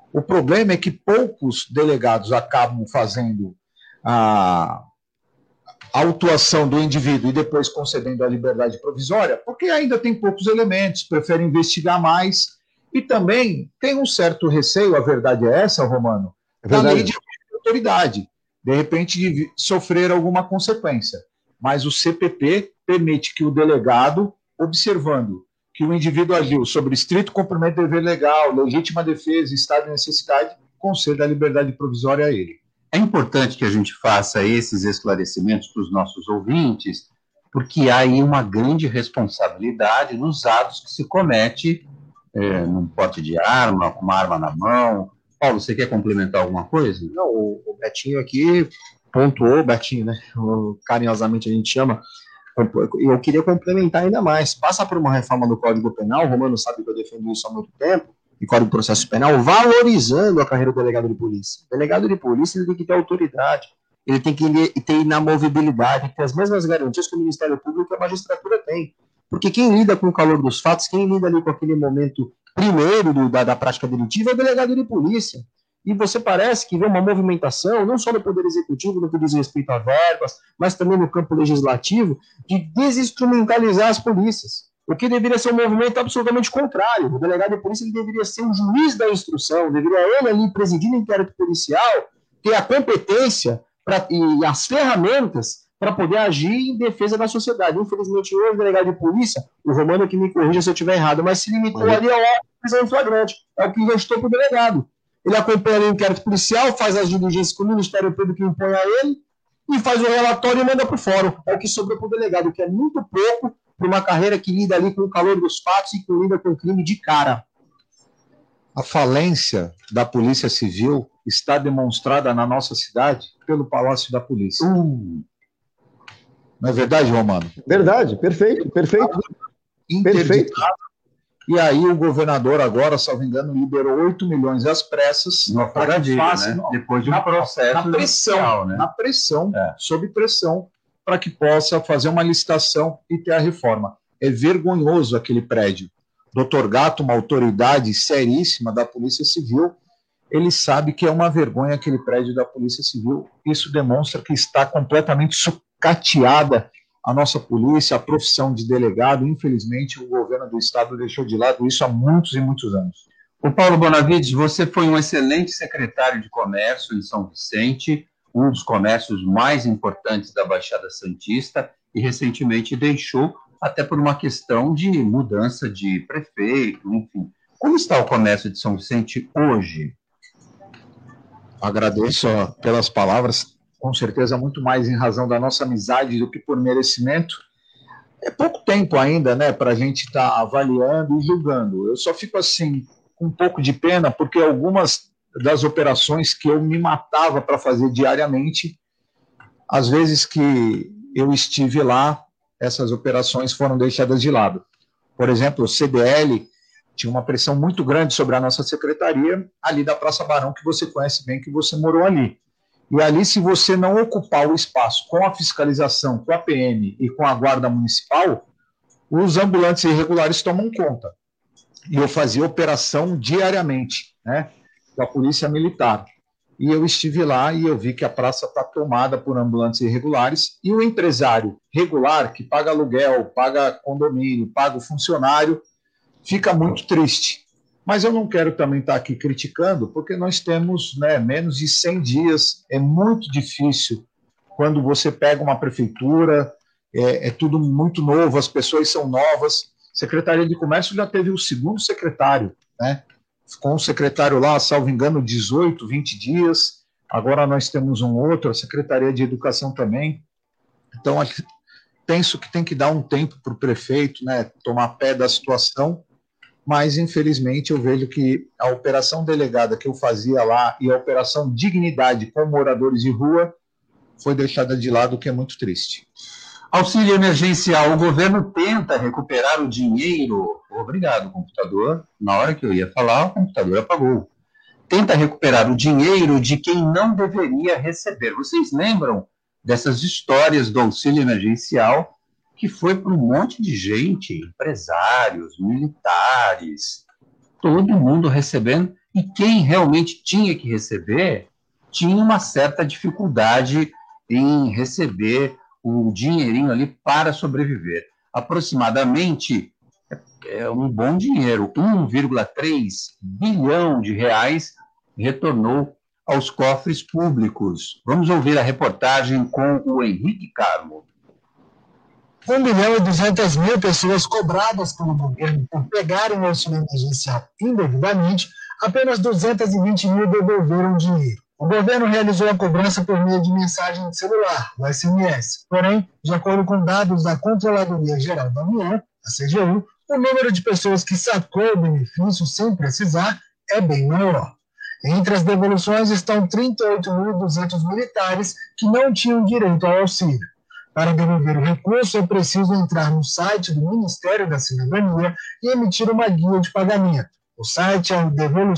O problema é que poucos delegados acabam fazendo a autuação do indivíduo e depois concedendo a liberdade provisória, porque ainda tem poucos elementos, preferem investigar mais e também tem um certo receio, a verdade é essa, Romano, da lei de autoridade, de repente de sofrer alguma consequência. Mas o CPP permite que o delegado, observando que o indivíduo agiu sobre estrito cumprimento do dever legal, legítima defesa, estado de necessidade, conceda a liberdade provisória a ele. É importante que a gente faça esses esclarecimentos para os nossos ouvintes, porque há aí uma grande responsabilidade nos atos que se comete num porte de arma, com uma arma na mão. Paulo, você quer complementar alguma coisa? Não, o Betinho aqui pontuou, Betinho, né? Carinhosamente a gente chama. Eu queria complementar ainda mais. Passa por uma reforma do Código Penal, o Romano sabe que eu defendo isso há muito tempo, e Código de Processo Penal, valorizando a carreira do delegado de polícia. O delegado de polícia ele tem que ter autoridade, ele tem que ter inamovibilidade, ter as mesmas garantias que o Ministério Público e a magistratura tem. Porque quem lida com o calor dos fatos, quem lida ali com aquele momento primeiro da prática delitiva é o delegado de polícia. E você parece que vê uma movimentação, não só no Poder Executivo, no que diz respeito a verbas, mas também no campo legislativo, de desinstrumentalizar as polícias. O que deveria ser um movimento absolutamente contrário. O delegado de polícia ele deveria ser o juiz da instrução, deveria ele ali presidir o inquérito policial, ter a competência e as ferramentas para poder agir em defesa da sociedade. Infelizmente, hoje, o delegado de polícia, o Romano que me corrija se eu estiver errado, mas se limitou ali a uma prisão em flagrante. É o que restou para o delegado. Ele acompanha ali o inquérito policial, faz as diligências que o Ministério Público impõe a ele e faz o relatório e manda para o fórum. É o que sobrou para o delegado, que é muito pouco para uma carreira que lida ali com o calor dos fatos e que lida com o crime de cara. A falência da Polícia Civil está demonstrada na nossa cidade pelo Palácio da Polícia. Não é verdade, Romano? Verdade, perfeito. Perfeito. E aí o governador agora, salvo engano, liberou 8 milhões às pressas para que faça, né? Depois de um processo judicial, né? Sob pressão, para que possa fazer uma licitação e ter a reforma. É vergonhoso aquele prédio. Dr. Gato, uma autoridade seríssima da Polícia Civil, ele sabe que é uma vergonha aquele prédio da Polícia Civil. Isso demonstra que está completamente sucateada a nossa polícia, a profissão de delegado. Infelizmente, o governo do estado deixou de lado isso há muitos e muitos anos. O Paulo Bonavides, você foi um excelente secretário de comércio em São Vicente, um dos comércios mais importantes da Baixada Santista, e recentemente deixou, até por uma questão de mudança de prefeito, enfim. Como está o comércio de São Vicente hoje? Agradeço pelas palavras, com certeza muito mais em razão da nossa amizade do que por merecimento. É pouco tempo ainda, né, para a gente estar avaliando e julgando. Eu só fico assim, com um pouco de pena, porque algumas das operações que eu me matava para fazer diariamente, às vezes que eu estive lá, essas operações foram deixadas de lado. Por exemplo, o CDL tinha uma pressão muito grande sobre a nossa secretaria, ali da Praça Barão, que você conhece bem, que você morou ali. E ali, se você não ocupar o espaço com a fiscalização, com a PM e com a Guarda Municipal, os ambulantes irregulares tomam conta. E eu fazia operação diariamente, né, com a Polícia Militar. E eu estive lá e eu vi que a praça está tomada por ambulantes irregulares, e o empresário regular, que paga aluguel, paga condomínio, paga o funcionário, fica muito triste. Mas eu não quero também estar aqui criticando, porque nós temos, né, menos de 100 dias, é muito difícil quando você pega uma prefeitura, é tudo muito novo, as pessoas são novas. Secretaria de Comércio já teve o segundo secretário, né? Com o secretário lá, salvo engano, 18, 20 dias, agora nós temos um outro, a Secretaria de Educação também. Então, penso que tem que dar um tempo para o prefeito, né, tomar pé da situação, mas, infelizmente, eu vejo que a operação delegada que eu fazia lá e a operação Dignidade com moradores de rua foi deixada de lado, o que é muito triste. Auxílio emergencial, o governo tenta recuperar o dinheiro. Obrigado, computador. Na hora que eu ia falar, o computador apagou. Tenta recuperar o dinheiro de quem não deveria receber. Vocês lembram dessas histórias do auxílio emergencial que foi para um monte de gente, empresários, militares, todo mundo recebendo, E quem realmente tinha que receber tinha uma certa dificuldade em receber o dinheirinho ali para sobreviver. Aproximadamente, é um bom dinheiro, 1,3 bilhão de reais retornou aos cofres públicos. Vamos ouvir a reportagem com o Henrique Carmo. 1.200.000 pessoas cobradas pelo governo por pegarem o auxílio emergencial indevidamente, apenas 220.000 devolveram dinheiro. O governo realizou a cobrança por meio de mensagem de celular, o SMS. Porém, de acordo com dados da Controladoria Geral da União, a CGU, o número de pessoas que sacou o benefício sem precisar é bem maior. Entre as devoluções estão 38.200 militares que não tinham direito ao auxílio. Para devolver o recurso, é preciso entrar no site do Ministério da Cidadania e emitir uma guia de pagamento. O site é o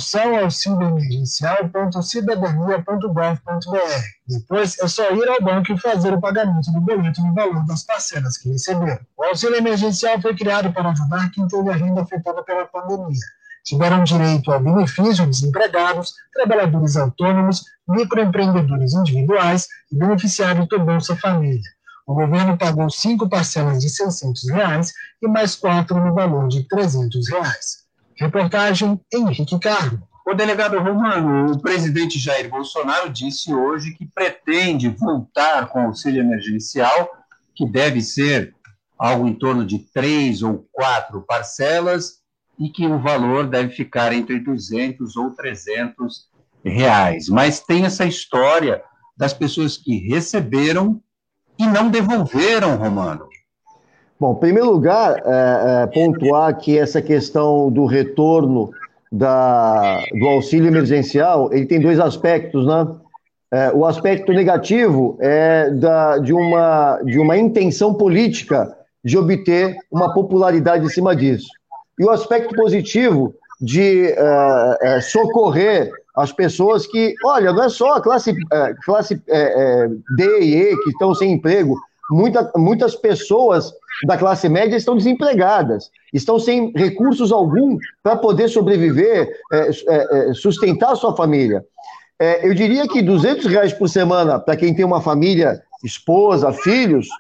devoluçãoauxilioemergencial.cidadania.gov.br. Depois é só ir ao banco e fazer o pagamento do boleto no valor das parcelas que receberam. O auxílio emergencial foi criado para ajudar quem teve a renda afetada pela pandemia. Tiveram direito ao benefício desempregados, trabalhadores autônomos, microempreendedores individuais e beneficiários do Bolsa Família. O governo pagou 5 parcelas de R$ 600 e mais 4 no valor de R$ 300. Reportagem Henrique Carmo. O delegado Romano, o presidente Jair Bolsonaro disse hoje que pretende voltar com o auxílio emergencial, que deve ser algo em torno de 3 ou 4 parcelas, e que o valor deve ficar entre 200 ou 300 reais. Mas tem essa história das pessoas que receberam e não devolveram, Romano. Bom, em primeiro lugar, pontuar que essa questão do retorno do auxílio emergencial, ele tem 2 aspectos, né? O aspecto negativo é de uma intenção política de obter uma popularidade em cima disso. E o aspecto positivo de socorrer as pessoas que, olha, não é só a classe D e E que estão sem emprego, muitas pessoas da classe média estão desempregadas, estão sem recursos algum para poder sobreviver, sustentar a sua família. Eu diria que R$200 por semana para quem tem uma família, esposa, filhos,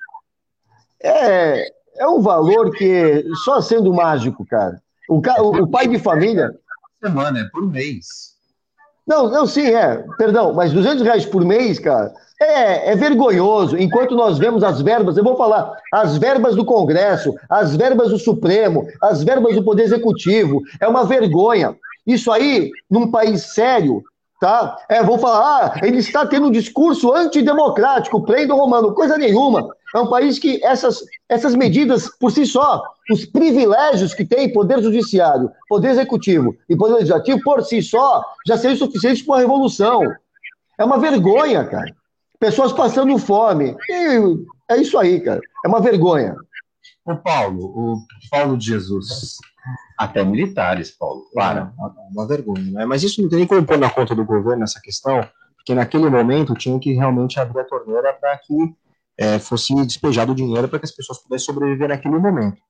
é um valor que só sendo mágico, cara. O pai de família... Semana, é por mês. Não, sim, perdão, mas R$200 por mês, cara, é vergonhoso. Enquanto nós vemos as verbas, eu vou falar, as verbas do Congresso, as verbas do Supremo, as verbas do Poder Executivo, é uma vergonha. Isso aí, num país sério, tá? Vou falar, ele está tendo um discurso antidemocrático, prendo Romano, coisa nenhuma. É um país que essas medidas, por si só, os privilégios que tem Poder Judiciário, Poder Executivo e Poder Legislativo, por si só, já seriam suficientes para uma revolução. É uma vergonha, cara. Pessoas passando fome. E é isso aí, cara. É uma vergonha. O Paulo de Jesus, até militares, Paulo, para. É uma vergonha, né? Mas isso não tem nem como pôr na conta do governo essa questão, porque naquele momento tinha que realmente abrir a torneira para que fosse despejado o dinheiro para que as pessoas pudessem sobreviver naquele momento.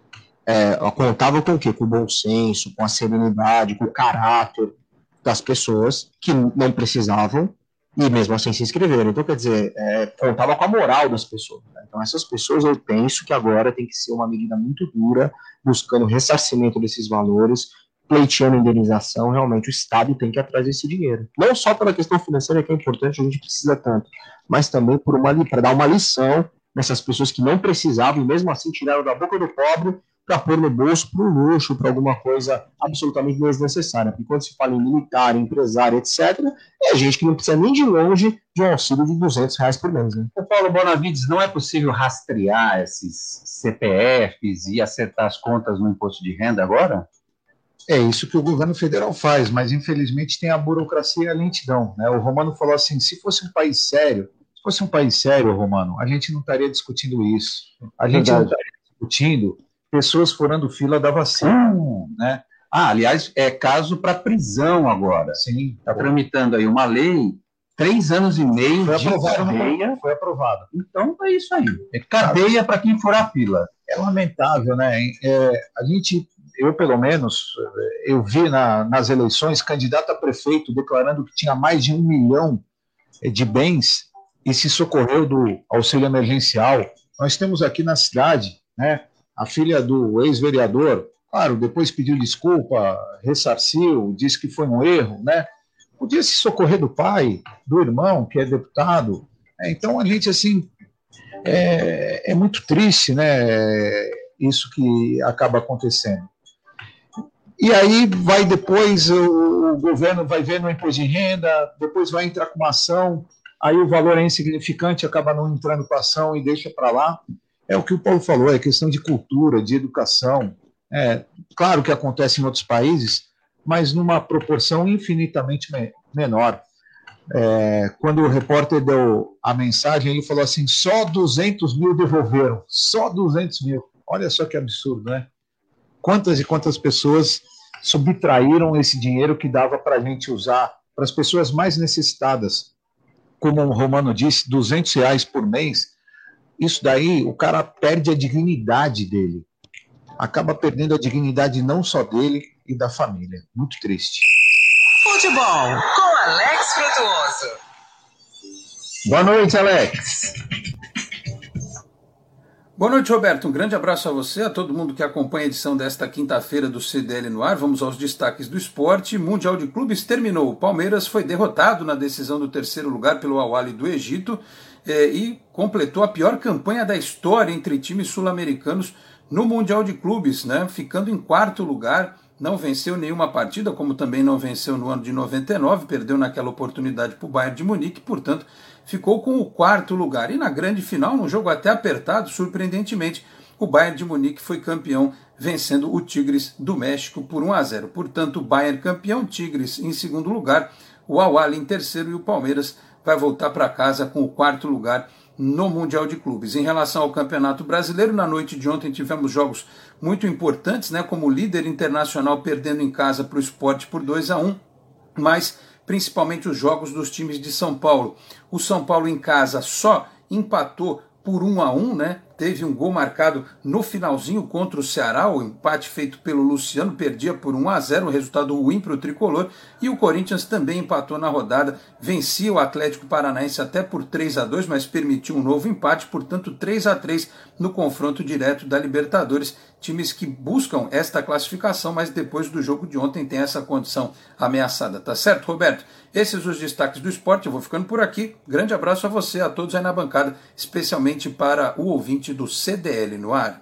Contava com o quê? Com o bom senso, com a serenidade, com o caráter das pessoas que não precisavam e mesmo assim se inscreveram. Então, quer dizer, contava com a moral das pessoas. Né? Então, essas pessoas, eu penso que agora tem que ser uma medida muito dura, buscando ressarcimento desses valores, pleiteando indenização. Realmente o Estado tem que atrair esse dinheiro. Não só pela questão financeira, que é importante, a gente precisa tanto, mas também para dar uma lição nessas pessoas que não precisavam e mesmo assim tiraram da boca do pobre para pôr no bolso para um luxo, para alguma coisa absolutamente desnecessária. Porque quando se fala em militar, empresário, etc., é gente que não precisa nem de longe de um auxílio de R$200 por mês. Né? O Paulo Bonavides, não é possível rastrear esses CPFs e acertar as contas no imposto de renda agora? É isso que o governo federal faz, mas infelizmente tem a burocracia e a lentidão. Né? O Romano falou assim, se fosse um país sério, Romano, a gente não estaria discutindo isso. A gente não estaria discutindo pessoas furando fila da vacina. Né? Aliás, é caso para prisão agora. Sim. Está tramitando aí uma lei, 3 anos e meio foi de aprovado, cadeia. Foi aprovado. Então é isso aí. É cadeia para quem furar fila. É lamentável, né? eu pelo menos, eu vi nas eleições candidato a prefeito declarando que tinha mais de 1 milhão de bens e se socorreu do auxílio emergencial. Nós temos aqui na cidade, né, a filha do ex-vereador, claro, depois pediu desculpa, ressarciu, disse que foi um erro, né? Podia se socorrer do pai, do irmão, que é deputado. Então, a gente, assim, é muito triste, né, isso que acaba acontecendo. E aí vai depois, o governo vai ver no imposto de renda, depois vai entrar com uma ação, aí o valor é insignificante, acaba não entrando com a ação e deixa para lá. É o que o Paulo falou, é questão de cultura, de educação. Claro que acontece em outros países, mas numa proporção infinitamente menor. Quando o repórter deu a mensagem, ele falou assim, só 200 mil devolveram, só 200 mil. Olha só que absurdo, né? Quantas e quantas pessoas subtraíram esse dinheiro que dava para a gente usar para as pessoas mais necessitadas. Como o Romano disse, R$200 por mês, isso daí o cara perde a dignidade dele. Acaba perdendo a dignidade não só dele e da família. Muito triste. Futebol com Alex Frutuoso. Boa noite, Alex. Boa noite, Roberto. Um grande abraço a você, a todo mundo que acompanha a edição desta quinta-feira do CDL no ar. Vamos aos destaques do esporte. Mundial de Clubes terminou. O Palmeiras foi derrotado na decisão do terceiro lugar pelo Al-Ahly do Egito e completou a pior campanha da história entre times sul-americanos no Mundial de Clubes, né? Ficando em quarto lugar. Não venceu nenhuma partida, como também não venceu no ano de 99, perdeu naquela oportunidade para o Bayern de Munique, portanto, ficou com o quarto lugar. E na grande final, num jogo até apertado, surpreendentemente, o Bayern de Munique foi campeão, vencendo o Tigres do México por 1-0. Portanto, o Bayern campeão, Tigres em segundo lugar, o Al-Ahly em terceiro e o Palmeiras vai voltar para casa com o quarto lugar no Mundial de Clubes. Em relação ao Campeonato Brasileiro, na noite de ontem tivemos jogos muito importantes, né, como o líder internacional perdendo em casa para o Sport por 2-1, mas principalmente os jogos dos times de São Paulo. O São Paulo em casa só empatou por 1-1, né? Teve um gol marcado no finalzinho contra o Ceará, o empate feito pelo Luciano, perdia por 1-0, um resultado ruim para o Tricolor, e o Corinthians também empatou na rodada, vencia o Atlético Paranaense até por 3-2, mas permitiu um novo empate, portanto 3-3 no confronto direto da Libertadores, times que buscam esta classificação, mas depois do jogo de ontem tem essa condição ameaçada, tá certo, Roberto? Esses os destaques do esporte, eu vou ficando por aqui, grande abraço a você, a todos aí na bancada, especialmente para o ouvinte do CDL no ar.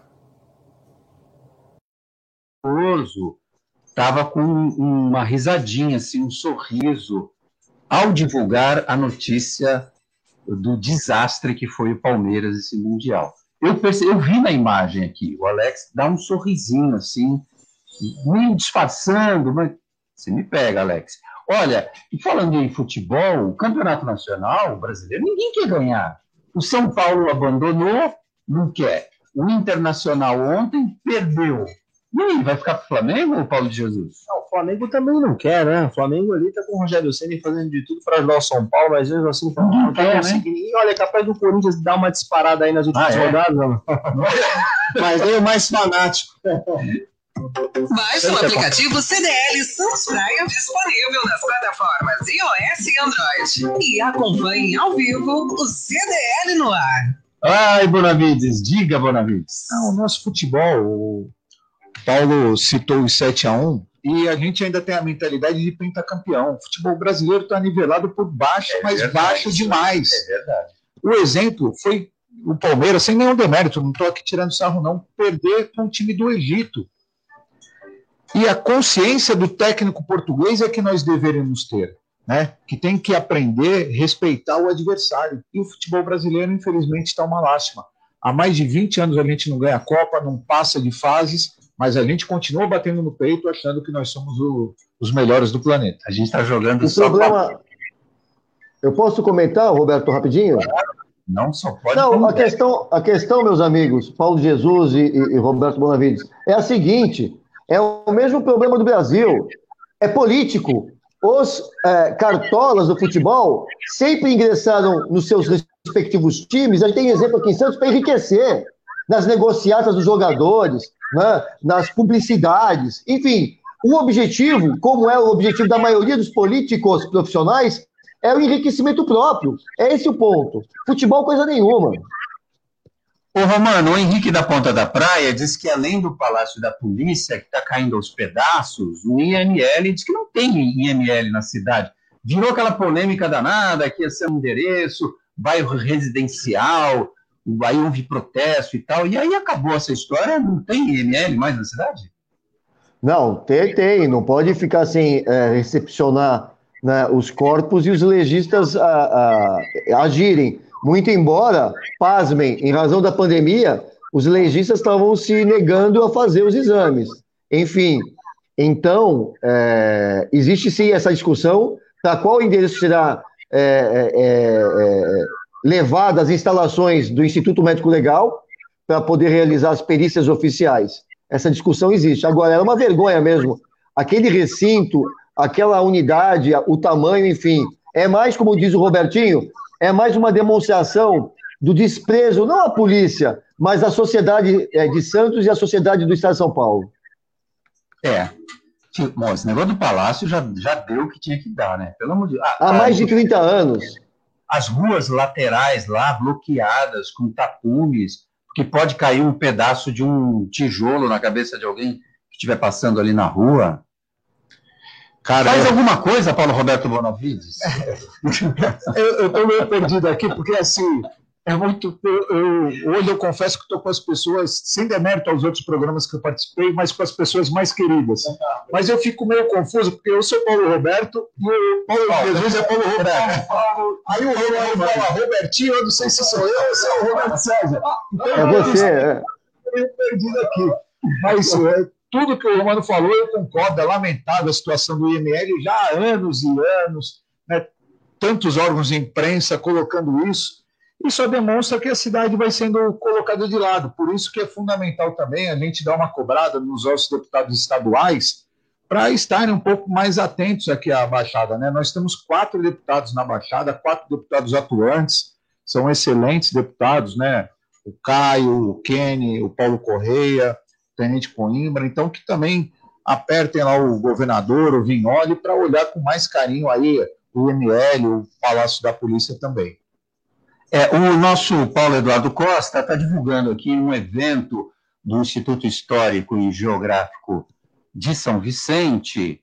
O estava com uma risadinha, assim, um sorriso, ao divulgar a notícia do desastre que foi o Palmeiras esse Mundial. Eu vi na imagem aqui, o Alex dá um sorrisinho, assim, meio disfarçando, mas você me pega, Alex. Olha, e falando em futebol, o Campeonato Nacional, o brasileiro, ninguém quer ganhar. O São Paulo abandonou, não quer. O Internacional ontem perdeu. E aí, vai ficar pro Flamengo, Paulo de Jesus? Não, o Flamengo também não quer, né? O Flamengo ali tá com o Rogério Ceni fazendo de tudo para ajudar o São Paulo, mas mesmo assim, não quer, né? E olha, é capaz do Corinthians dar uma disparada aí nas últimas rodadas, não. Mas ele é o mais fanático. Baixe o aplicativo CDL Santos Praia, disponível nas plataformas iOS e Android. E acompanhe ao vivo o CDL no ar. Ai, Bonavides, diga, Bonavides. O nosso futebol, o Paulo citou os 7-1, e a gente ainda tem a mentalidade de pentacampeão. O futebol brasileiro está nivelado por baixo, mas baixo demais. É verdade. O exemplo foi o Palmeiras, sem nenhum demérito, não estou aqui tirando sarro não, perder com o time do Egito. E a consciência do técnico português é que nós deveríamos ter, né? Que tem que aprender a respeitar o adversário. E o futebol brasileiro, infelizmente, está uma lástima. Há mais de 20 anos a gente não ganha a Copa, não passa de fases, mas a gente continua batendo no peito achando que nós somos os melhores do planeta. A gente está jogando o só... problema... Eu posso comentar, Roberto, rapidinho? Não, só pode... Não, a questão, meus amigos, Paulo Jesus e Roberto Bonavides, é a seguinte... É o mesmo problema do Brasil. É político. Os cartolas do futebol sempre ingressaram nos seus respectivos times. A gente tem exemplo aqui em Santos para enriquecer. nas negociatas dos jogadores, né, nas publicidades, enfim. O objetivo, como é o objetivo da maioria dos políticos profissionais, é o enriquecimento próprio. É esse o ponto. Futebol, coisa nenhuma. Ô, Romano, o Henrique da Ponta da Praia diz que além do Palácio da Polícia, que está caindo aos pedaços, o IML diz que não tem IML na cidade. Virou aquela polêmica danada, que ia ser um endereço, bairro residencial, aí houve protesto e tal, e aí acabou essa história, não tem IML mais na cidade? Não, tem. Não pode ficar sem recepcionar, né, os corpos e os legistas agirem. Muito embora, pasmem, em razão da pandemia, os legistas estavam se negando a fazer os exames. Enfim, então, existe sim essa discussão para qual endereço será levado às instalações do Instituto Médico Legal para poder realizar as perícias oficiais. Essa discussão existe. Agora, é uma vergonha mesmo. Aquele recinto, aquela unidade, o tamanho, enfim, é mais, como diz o Robertinho, é mais uma demonstração do desprezo, não à polícia, mas à sociedade de Santos e à sociedade do Estado de São Paulo. Bom, esse negócio do Palácio já deu o que tinha que dar, né? Pelo amor de Deus. Há mais de 30 anos. As ruas laterais lá, bloqueadas, com tapumes, que pode cair um pedaço de um tijolo na cabeça de alguém que estiver passando ali na rua. Cara, faz alguma coisa, Paulo Roberto Bonavides? Eu estou meio perdido aqui, porque assim, é muito. Hoje eu confesso que estou com as pessoas, sem demérito aos outros programas que eu participei, mas com as pessoas mais queridas. Mas eu fico meio confuso, porque eu sou Paulo Roberto e o Paulo Jesus é Paulo Roberto. Aí o Romano fala Robertinho, eu não sei se sou eu ou se é o Roberto César. Então, é você, Estou meio perdido aqui. Mas tudo que o Romano falou, eu concordo, é lamentável a situação do IML já há anos e anos, né? Tantos órgãos de imprensa colocando isso. Isso só demonstra que a cidade vai sendo colocada de lado. Por isso que é fundamental também a gente dar uma cobrada nos nossos deputados estaduais para estarem um pouco mais atentos aqui à Baixada, né? Nós temos 4 deputados na Baixada, 4 deputados atuantes, são excelentes deputados, né? O Caio, o Kenny, o Paulo Correia, o Tenente Coimbra, então que também apertem lá o governador, o Vignoli, para olhar com mais carinho aí o IML, o Palácio da Polícia também. O nosso Paulo Eduardo Costa está divulgando aqui um evento do Instituto Histórico e Geográfico de São Vicente.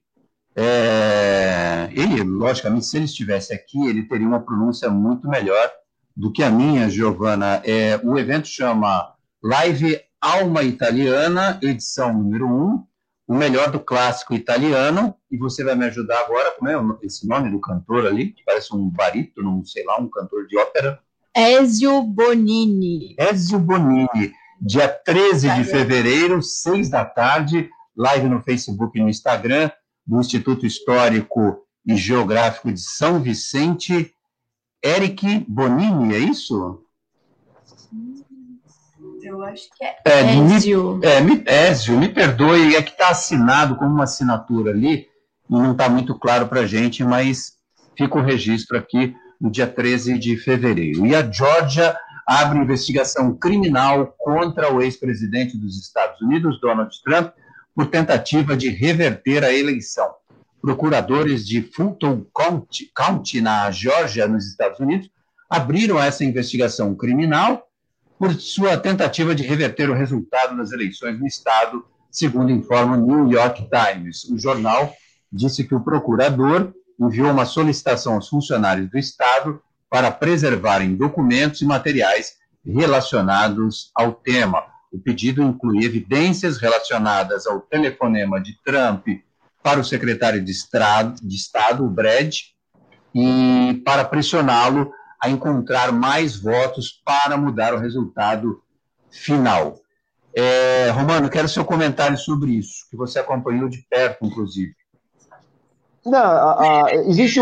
Ele, logicamente, se ele estivesse aqui, ele teria uma pronúncia muito melhor do que a minha, Giovana. O evento chama Live Alma Italiana, edição número 1, o melhor do clássico italiano, e você vai me ajudar agora, como é esse nome do cantor ali, que parece um barítono, sei lá, um cantor de ópera? Ezio Bonini. Ezio Bonini, dia 13 de fevereiro, 6 da tarde, live no Facebook e no Instagram, do Instituto Histórico e Geográfico de São Vicente. Eric Bonini, é isso? Eu acho que é Ezio. Ezio, me perdoe, é que está assinado como uma assinatura ali, e não está muito claro para a gente, mas fica o registro aqui no dia 13 de fevereiro. E a Geórgia abre investigação criminal contra o ex-presidente dos Estados Unidos, Donald Trump, por tentativa de reverter a eleição. Procuradores de Fulton County, na Geórgia, nos Estados Unidos, abriram essa investigação criminal por sua tentativa de reverter o resultado das eleições no estado, segundo informa o New York Times. O jornal disse que o procurador enviou uma solicitação aos funcionários do estado para preservarem documentos e materiais relacionados ao tema. O pedido inclui evidências relacionadas ao telefonema de Trump para o secretário de Estado, o Brad, e para pressioná-lo a encontrar mais votos para mudar o resultado final. Romano, quero seu comentário sobre isso, que você acompanhou de perto, inclusive. Não, existe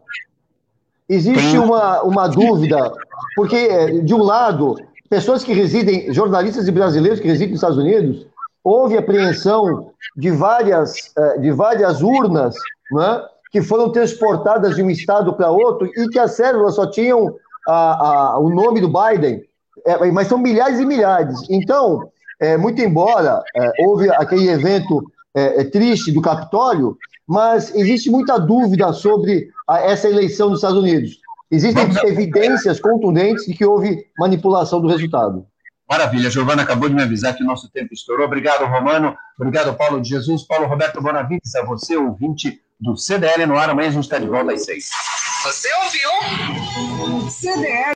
uma dúvida, porque, de um lado, pessoas que residem, jornalistas e brasileiros que residem nos Estados Unidos, houve apreensão de várias urnas, né, que foram transportadas de um estado para outro e que as células só tinham o nome do Biden. Mas são milhares e milhares. Então, muito embora houve aquele evento triste do Capitólio, mas existe muita dúvida sobre essa eleição dos Estados Unidos. Existem evidências contundentes de que houve manipulação do resultado. Maravilha, Giovana acabou de me avisar que o nosso tempo estourou. Obrigado, Romano. Obrigado, Paulo de Jesus. Paulo Roberto Bonavides, a você, ouvinte do CDL no ar. Amanhã a gente está de volta às 6. Você ouviu? CDL.